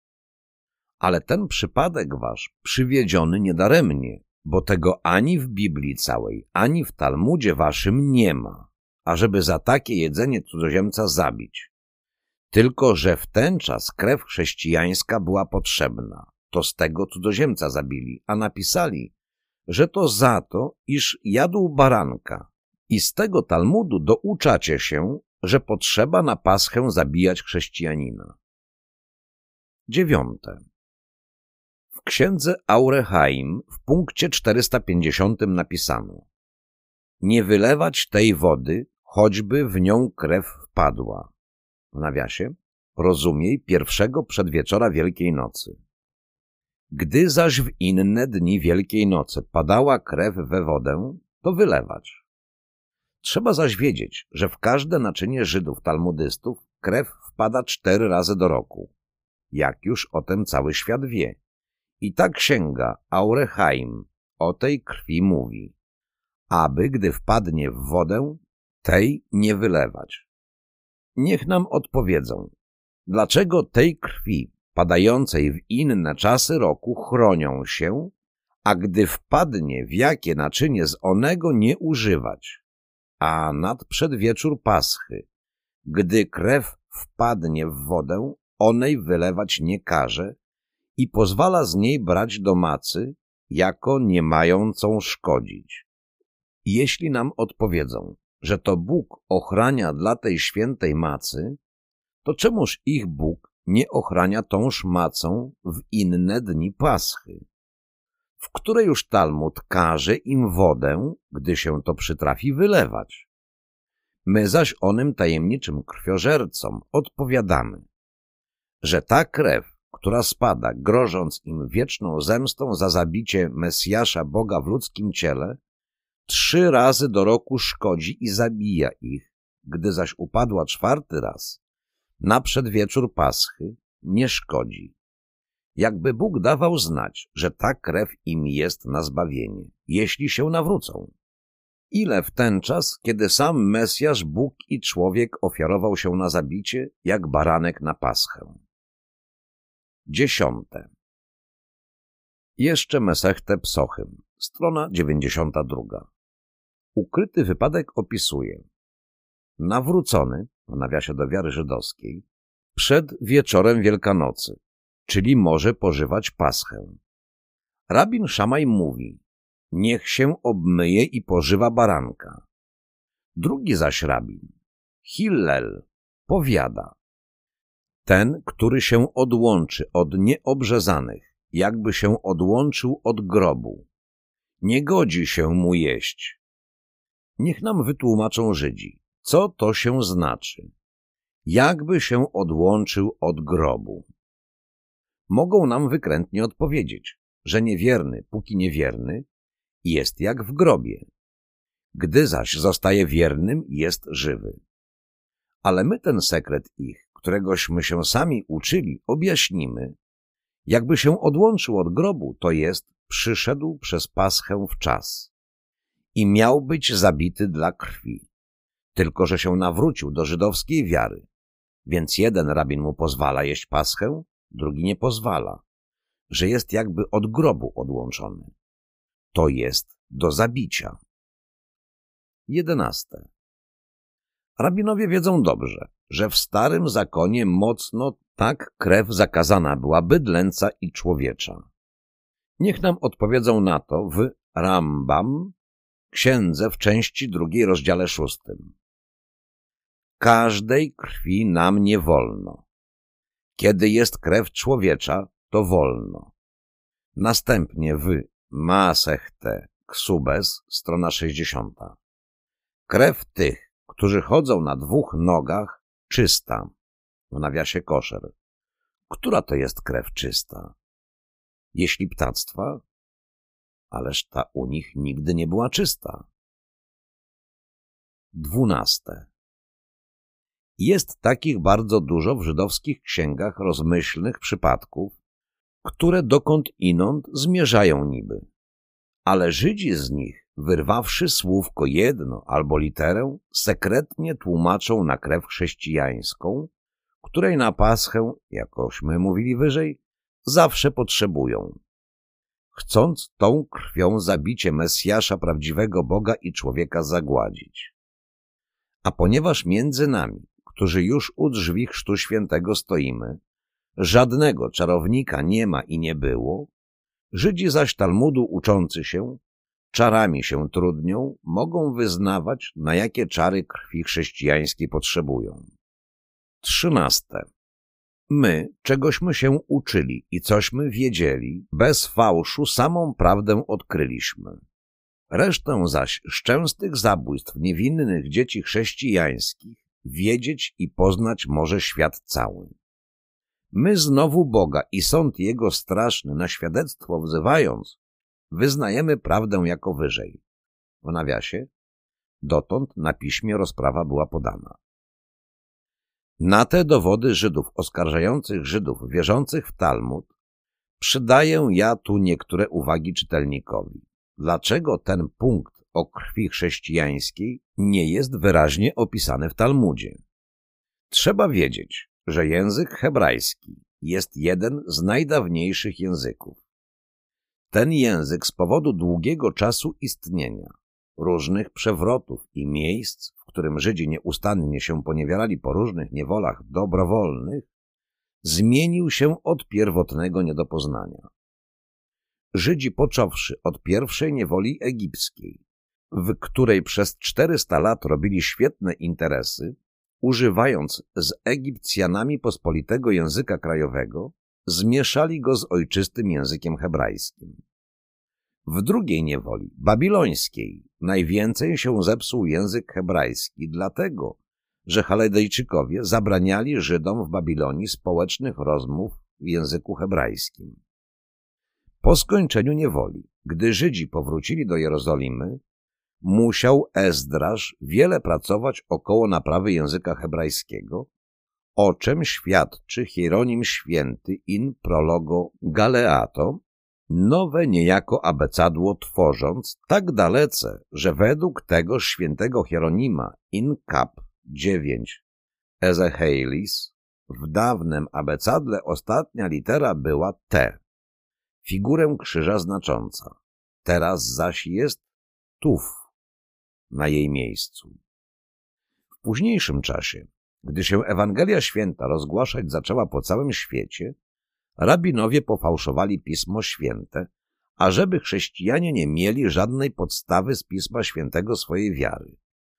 Ale ten przypadek wasz przywiedziony niedaremnie, bo tego ani w Biblii całej, ani w Talmudzie waszym nie ma, ażeby za takie jedzenie cudzoziemca zabić. Tylko że w ten czas krew chrześcijańska była potrzebna, to z tego cudzoziemca zabili, a napisali, że to za to, iż jadł baranka. I z tego Talmudu douczacie się, że potrzeba na paschę zabijać chrześcijanina. Dziewiąte. W księdze Aurechaim w punkcie czterysta pięćdziesiątym napisano: nie wylewać tej wody, choćby w nią krew wpadła. W nawiasie, rozumiej, pierwszego przedwieczora Wielkiej Nocy. Gdy zaś w inne dni Wielkiej Nocy padała krew we wodę, to wylewać. Trzeba zaś wiedzieć, że w każde naczynie Żydów talmudystów krew wpada cztery razy do roku, jak już o tym cały świat wie. I ta księga Aurechaim o tej krwi mówi, aby gdy wpadnie w wodę, tej nie wylewać. Niech nam odpowiedzą, dlaczego tej krwi padającej w inne czasy roku chronią się, a gdy wpadnie w jakie naczynie z onego nie używać, a nad przedwieczór Paschy, gdy krew wpadnie w wodę, onej wylewać nie każe i pozwala z niej brać do macy, jako nie mającą szkodzić. Jeśli nam odpowiedzą, że to Bóg ochrania dla tej świętej macy, to czemuż ich Bóg nie ochrania tąż macą w inne dni Paschy? w które już Talmud każe im wodę, gdy się to przytrafi, wylewać. My zaś onym tajemniczym krwiożercom odpowiadamy, że ta krew, która spada, grożąc im wieczną zemstą za zabicie Mesjasza Boga w ludzkim ciele, trzy razy do roku szkodzi i zabija ich, gdy zaś upadła czwarty raz, na przedwieczór Paschy, nie szkodzi. Jakby Bóg dawał znać, że ta krew im jest na zbawienie, jeśli się nawrócą. Ile w ten czas, kiedy sam Mesjasz, Bóg i człowiek ofiarował się na zabicie, jak baranek na Paschę. Dziesiąte. Jeszcze Mesechtę Psochym, strona dziewięćdziesiąta druga. Ukryty wypadek opisuje. Nawrócony, w nawiasie do wiary żydowskiej, przed wieczorem Wielkanocy, czyli może pożywać Paschę. Rabin Szamaj mówi, niech się obmyje i pożywa baranka. Drugi zaś rabin, Hillel, powiada, ten, który się odłączy od nieobrzezanych, jakby się odłączył od grobu, nie godzi się mu jeść. Niech nam wytłumaczą Żydzi, co to się znaczy, jakby się odłączył od grobu. Mogą nam wykrętnie odpowiedzieć, że niewierny, póki niewierny, jest jak w grobie. Gdy zaś zostaje wiernym, jest żywy. Ale my ten sekret ich, któregośmy się sami uczyli, objaśnimy. Jakby się odłączył od grobu, to jest, przyszedł przez Paschę w czas i miał być zabity dla krwi, tylko że się nawrócił do żydowskiej wiary. Więc jeden rabin mu pozwala jeść Paschę, drugi nie pozwala, że jest jakby od grobu odłączony. To jest do zabicia. Jedenaste. Rabinowie wiedzą dobrze, że w Starym Zakonie mocno tak krew zakazana była bydlęca i człowiecza. Niech nam odpowiedzą na to w Rambam, księdze w części drugiej, rozdziale szóstym. Każdej krwi nam nie wolno. Kiedy jest krew człowiecza, to wolno. Następnie w Maasechtę Ksubes, strona sześćdziesiąta. Krew tych, którzy chodzą na dwóch nogach, czysta, w nawiasie koszer. Która to jest krew czysta? Jeśli ptactwa? Ależ ta u nich nigdy nie była czysta. Dwunaste. Jest takich bardzo dużo w żydowskich księgach rozmyślnych przypadków, które dokąd inąd zmierzają niby. Ale Żydzi z nich, wyrwawszy słówko jedno albo literę, sekretnie tłumaczą na krew chrześcijańską, której na Paschę, jakośmy mówili wyżej, zawsze potrzebują, chcąc tą krwią zabicie Mesjasza, prawdziwego Boga i człowieka zagładzić. A ponieważ między nami, którzy już u drzwi Chrztu Świętego stoimy, żadnego czarownika nie ma i nie było, Żydzi zaś Talmudu uczący się, czarami się trudnią, mogą wyznawać, na jakie czary krwi chrześcijańskiej potrzebują. Trzynaste. My, czegośmy się uczyli i cośmy wiedzieli, bez fałszu samą prawdę odkryliśmy. Resztę zaś szczęstych zabójstw niewinnych dzieci chrześcijańskich wiedzieć i poznać może świat cały. My znowu Boga i sąd Jego straszny na świadectwo wzywając, wyznajemy prawdę jako wyżej. W nawiasie, dotąd na piśmie rozprawa była podana. Na te dowody Żydów oskarżających Żydów wierzących w Talmud przydaję ja tu niektóre uwagi czytelnikowi. Dlaczego ten punkt o krwi chrześcijańskiej nie jest wyraźnie opisany w Talmudzie? Trzeba wiedzieć, że język hebrajski jest jeden z najdawniejszych języków. Ten język z powodu długiego czasu istnienia, różnych przewrotów i miejsc, w którym Żydzi nieustannie się poniewierali po różnych niewolach dobrowolnych, zmienił się od pierwotnego nie do poznania. Żydzi począwszy od pierwszej niewoli egipskiej, w której przez czterysta lat robili świetne interesy, używając z Egipcjanami pospolitego języka krajowego, zmieszali go z ojczystym językiem hebrajskim. W drugiej niewoli, babilońskiej, najwięcej się zepsuł język hebrajski, dlatego, że Chaldejczykowie zabraniali Żydom w Babilonii społecznych rozmów w języku hebrajskim. Po skończeniu niewoli, gdy Żydzi powrócili do Jerozolimy, musiał Ezdrasz wiele pracować około naprawy języka hebrajskiego, o czym świadczy Hieronim Święty in prologo Galeato, nowe niejako abecadło tworząc tak dalece, że według tegoż świętego Hieronima in cap dziewięć Ezechielis w dawnym abecadle ostatnia litera była T, figurę krzyża znacząca, teraz zaś jest tuf na jej miejscu. W późniejszym czasie, gdy się Ewangelia Święta rozgłaszać zaczęła po całym świecie, rabinowie pofałszowali Pismo Święte, ażeby chrześcijanie nie mieli żadnej podstawy z Pisma Świętego swojej wiary,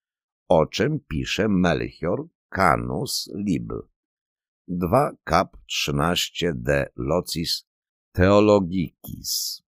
o czym pisze Melchior Canus Lib. dwa cap trzynaście de Locis Theologicis.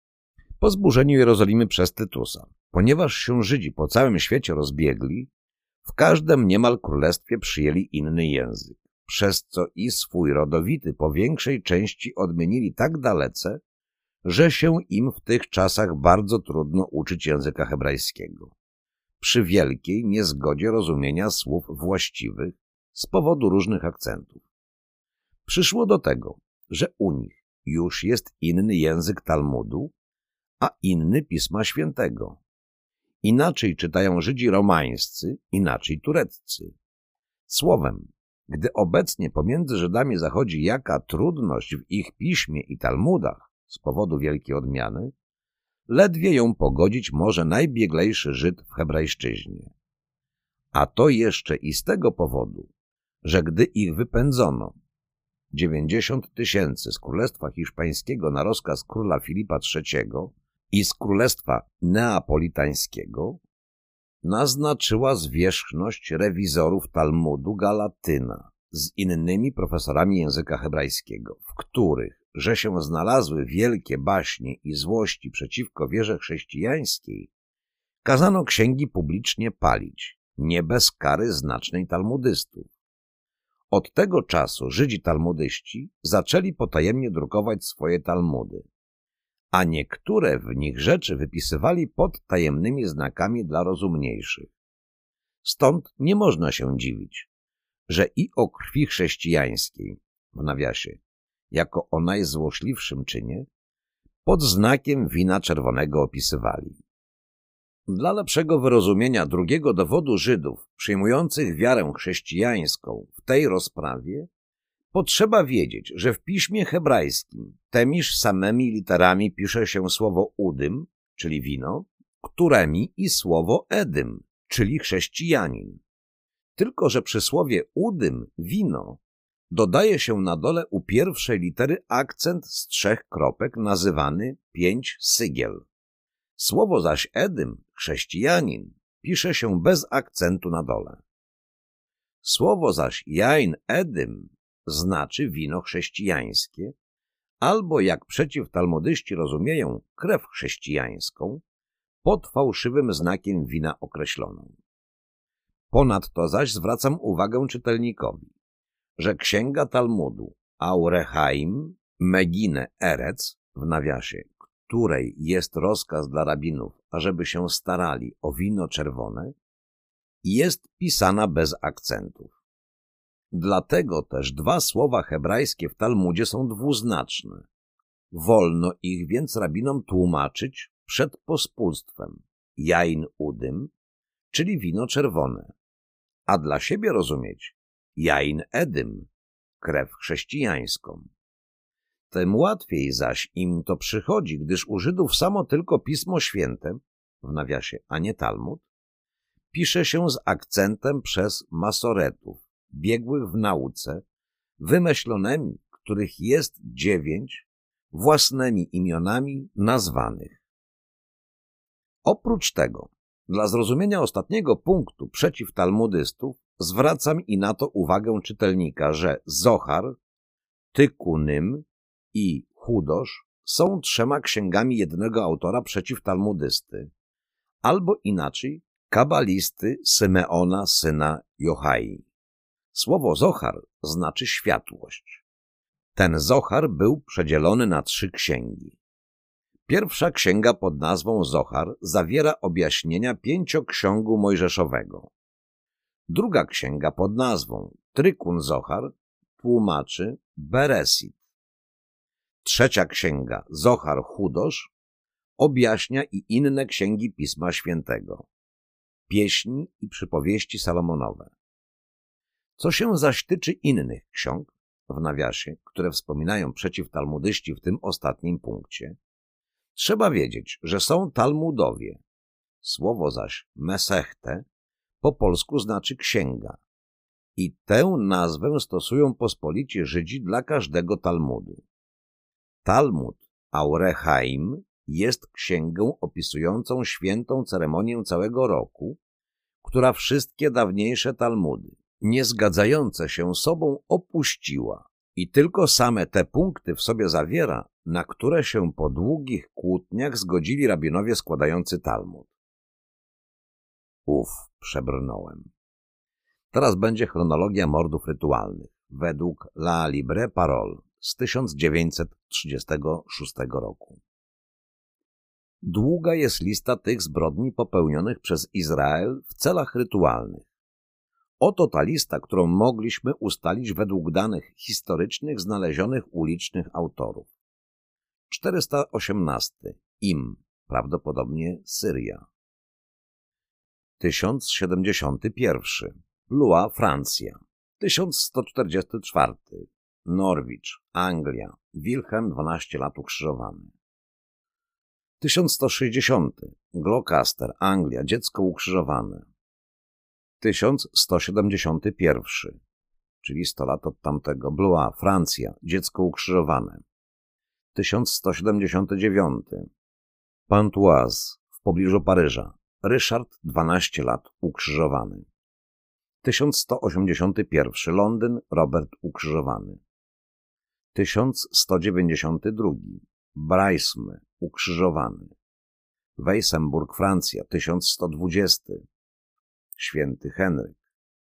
Po zburzeniu Jerozolimy przez Tytusa, ponieważ się Żydzi po całym świecie rozbiegli, w każdym niemal królestwie przyjęli inny język, przez co i swój rodowity po większej części odmienili tak dalece, że się im w tych czasach bardzo trudno uczyć języka hebrajskiego, przy wielkiej niezgodzie rozumienia słów właściwych z powodu różnych akcentów. Przyszło do tego, że u nich już jest inny język Talmudu, a inny Pisma Świętego. Inaczej czytają Żydzi romańscy, inaczej tureccy. Słowem, gdy obecnie pomiędzy Żydami zachodzi jaka trudność w ich piśmie i Talmudach z powodu wielkiej odmiany, ledwie ją pogodzić może najbieglejszy Żyd w hebrajszczyźnie. A to jeszcze i z tego powodu, że gdy ich wypędzono dziewięćdziesiąt tysięcy z Królestwa Hiszpańskiego na rozkaz króla Filipa trzeciego i z Królestwa Neapolitańskiego, naznaczyła zwierzchność rewizorów Talmudu Galatyna z innymi profesorami języka hebrajskiego, w których, że się znalazły wielkie baśnie i złości przeciwko wierze chrześcijańskiej, kazano księgi publicznie palić, nie bez kary znacznej talmudystów. Od tego czasu Żydzi talmudyści zaczęli potajemnie drukować swoje talmudy, a niektóre w nich rzeczy wypisywali pod tajemnymi znakami dla rozumniejszych. Stąd nie można się dziwić, że i o krwi chrześcijańskiej, w nawiasie, jako o najzłośliwszym czynie, pod znakiem wina czerwonego opisywali. Dla lepszego wyrozumienia drugiego dowodu Żydów przyjmujących wiarę chrześcijańską w tej rozprawie, potrzeba wiedzieć, że w piśmie hebrajskim temiż samymi literami pisze się słowo udym, czyli wino, któremi i słowo edym, czyli chrześcijanin. Tylko że przy słowie udym, wino, dodaje się na dole u pierwszej litery akcent z trzech kropek nazywany pięć sygiel. Słowo zaś edym, chrześcijanin, pisze się bez akcentu na dole. Słowo zaś jain edym znaczy wino chrześcijańskie, albo jak przeciw talmudyści rozumieją krew chrześcijańską, pod fałszywym znakiem wina określoną. Ponadto zaś zwracam uwagę czytelnikowi, że księga Talmudu Aurechaim Megine Erec, w nawiasie, której jest rozkaz dla rabinów, ażeby się starali o wino czerwone, jest pisana bez akcentów. Dlatego też dwa słowa hebrajskie w Talmudzie są dwuznaczne. Wolno ich więc rabinom tłumaczyć przed pospólstwem jain udym, czyli wino czerwone, a dla siebie rozumieć jain edym, krew chrześcijańską. Tym łatwiej zaś im to przychodzi, gdyż u Żydów samo tylko Pismo Święte, w nawiasie, a nie Talmud, pisze się z akcentem przez masoretów, biegłych w nauce, wymyślonymi, których jest dziewięć, własnymi imionami nazwanych. Oprócz tego, dla zrozumienia ostatniego punktu przeciw talmudystów, zwracam i na to uwagę czytelnika, że Zohar, Tykunym i Chudosz są trzema księgami jednego autora przeciw talmudysty, albo inaczej kabalisty Symeona syna Jochai. Słowo Zohar znaczy światłość. Ten Zohar był przedzielony na trzy księgi. Pierwsza księga pod nazwą Zohar zawiera objaśnienia pięcioksiągu mojżeszowego. Druga księga pod nazwą Trykun Zohar tłumaczy Beresit. Trzecia księga Zohar Chudosz objaśnia i inne księgi Pisma Świętego, pieśni i przypowieści Salomonowe. Co się zaś tyczy innych ksiąg, w nawiasie, które wspominają przeciw talmudyści w tym ostatnim punkcie, trzeba wiedzieć, że są talmudowie. Słowo zaś mesechte po polsku znaczy księga i tę nazwę stosują pospolici Żydzi dla każdego Talmudu. Talmud Aurechaim jest księgą opisującą świętą ceremonię całego roku, która wszystkie dawniejsze Talmudy, nie zgadzające się sobą, opuściła i tylko same te punkty w sobie zawiera, na które się po długich kłótniach zgodzili rabinowie składający Talmud. Uf, przebrnąłem. Teraz będzie chronologia mordów rytualnych według La Libre Parole z tysiąc dziewięćset trzydziestego szóstego roku. Długa jest lista tych zbrodni popełnionych przez Izrael w celach rytualnych. Oto ta lista, którą mogliśmy ustalić według danych historycznych znalezionych u licznych autorów. czterysta osiemnasty Im, prawdopodobnie Syria. tysiąc siedemdziesiąty pierwszy Blois, Francja. tysiąc sto czterdziesty czwarty Norwich, Anglia. Wilhelm dwanaście lat ukrzyżowany. tysiąc sto sześćdziesiąty Gloucester, Anglia. Dziecko ukrzyżowane. tysiąc sto siedemdziesiąty pierwszy czyli sto lat od tamtego. Blois, Francja. Dziecko ukrzyżowane. tysiąc sto siedemdziesiąty dziewiąty Pontoise, w pobliżu Paryża. Ryszard, dwanaście lat, ukrzyżowany. tysiąc sto osiemdziesiąty pierwszy Londyn, Robert ukrzyżowany. tysiąc sto dziewięćdziesiąty drugi Braisme, ukrzyżowany. Weissenburg, Francja, tysiąc sto dwudziesty Święty Henryk.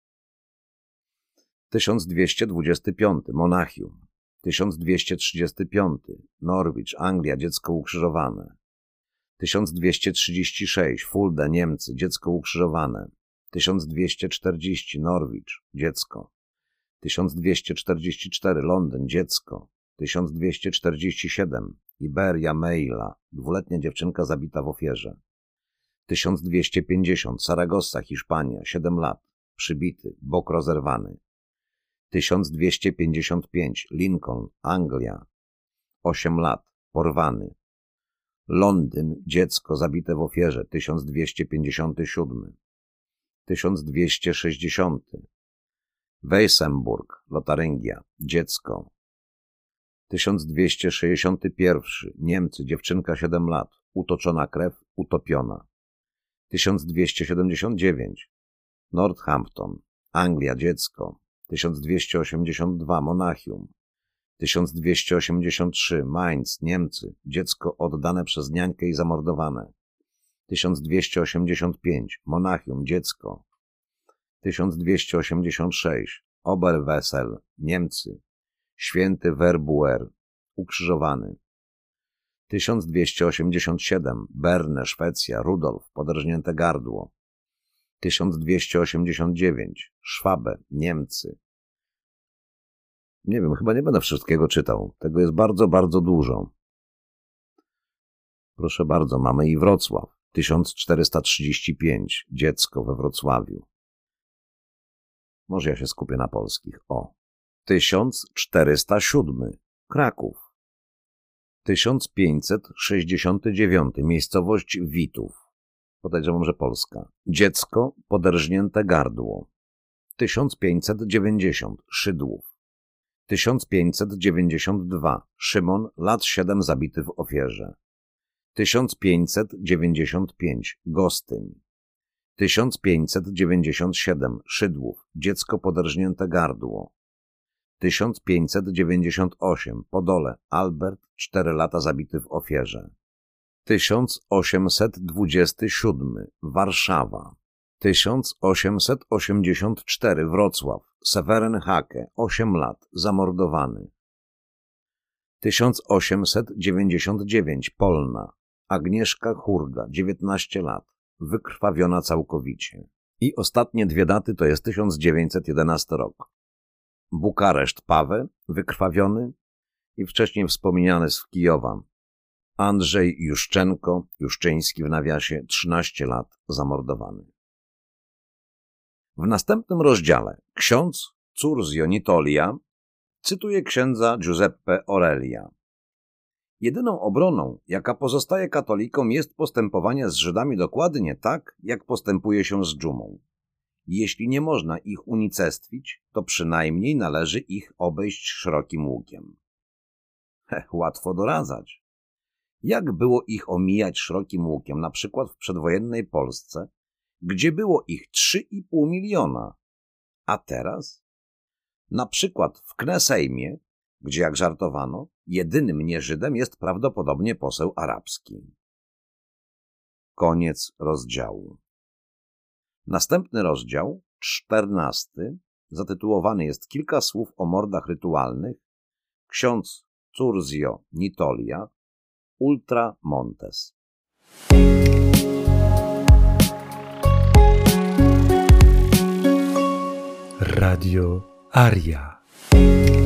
tysiąc dwieście dwudziesty piąty Monachium. tysiąc dwieście trzydziesty piąty Norwich, Anglia. Dziecko ukrzyżowane. tysiąc dwieście trzydzieści sześć Fulda, Niemcy. Dziecko ukrzyżowane. tysiąc dwieście czterdzieści Norwich. Dziecko. tysiąc dwieście czterdzieści cztery Londyn. Dziecko. tysiąc dwieście czterdzieści siedem Iberia Meila. Dwuletnia dziewczynka zabita w ofierze. tysiąc dwieście pięćdziesiąt Saragossa, Hiszpania. siedem lat. Przybity. Bok rozerwany. tysiąc dwieście pięćdziesiąt pięć Lincoln, Anglia. osiem lat. Porwany. Londyn. Dziecko zabite w ofierze. tysiąc dwieście pięćdziesiąty siódmy tysiąc dwieście sześćdziesiąty Weissenburg, Lotaryngia. Dziecko. tysiąc dwieście sześćdziesiąty pierwszy Niemcy. Dziewczynka siedem lat. Utoczona krew. Utopiona. tysiąc dwieście siedemdziesiąt dziewięć Northampton, Anglia. Dziecko. tysiąc dwieście osiemdziesiąt dwa Monachium. tysiąc dwieście osiemdziesiąt trzy Mainz, Niemcy. Dziecko oddane przez niańkę i zamordowane. tysiąc dwieście osiemdziesiąt pięć Monachium. Dziecko. tysiąc dwieście osiemdziesiąt sześć Oberwessel, Niemcy. Święty Verbuer, ukrzyżowany. tysiąc dwieście osiemdziesiąt siedem Berne, Szwecja. Rudolf, poderżnięte gardło. tysiąc dwieście osiemdziesiąt dziewięć Szwabe, Niemcy. Nie wiem, chyba nie będę wszystkiego czytał. Tego jest bardzo, bardzo dużo. Proszę bardzo, mamy i Wrocław. tysiąc czterysta trzydzieści pięć Dziecko we Wrocławiu. Może ja się skupię na polskich. O. tysiąc czterysta siódmy Kraków. tysiąc pięćset sześćdziesiąty dziewiąty Miejscowość Witów. Podejrzewam, że Polska. Dziecko poderżnięte gardło. tysiąc pięćset dziewięćdziesiąt Szydłów. tysiąc pięćset dziewięćdziesiąt dwa Szymon, lat siedem, zabity w ofierze. tysiąc pięćset dziewięćdziesiąt pięć Gostyń. tysiąc pięćset dziewięćdziesiąt siedem Szydłów. Dziecko poderżnięte gardło. tysiąc pięćset dziewięćdziesiąt osiem Podole Albert, cztery lata zabity w ofierze. tysiąc osiemset dwudziesty siódmy Warszawa. tysiąc osiemset osiemdziesiąt cztery Wrocław Seweryn Hake, osiem lat, zamordowany. tysiąc osiemset dziewięćdziesiąt dziewięć Polna Agnieszka Hurga, dziewiętnaście lat, wykrwawiona całkowicie. I ostatnie dwie daty to jest tysiąc dziewięćset jedenasty rok. Bukareszt Paweł, wykrwawiony, i wcześniej wspomniany z Kijowa Andrzej Juszczenko, Juszczyński w nawiasie, trzynaście lat, zamordowany. W następnym rozdziale ksiądz Curzio Nitolia cytuje księdza Giuseppe Aurelia. Jedyną obroną, jaka pozostaje katolikom, jest postępowanie z Żydami dokładnie tak, jak postępuje się z dżumą. Jeśli nie można ich unicestwić, to przynajmniej należy ich obejść szerokim łukiem. Heh, łatwo doradzać. Jak było ich omijać szerokim łukiem, na przykład w przedwojennej Polsce, gdzie było ich trzy i pół miliona, a teraz? Na przykład w Knesejmie, gdzie, jak żartowano, jedynym nie-Żydem jest prawdopodobnie poseł arabski. Koniec rozdziału. Następny rozdział, czternasty, zatytułowany jest Kilka słów o mordach rytualnych, ksiądz Curzio Nitolia, Ultra Montes. Radio Aria.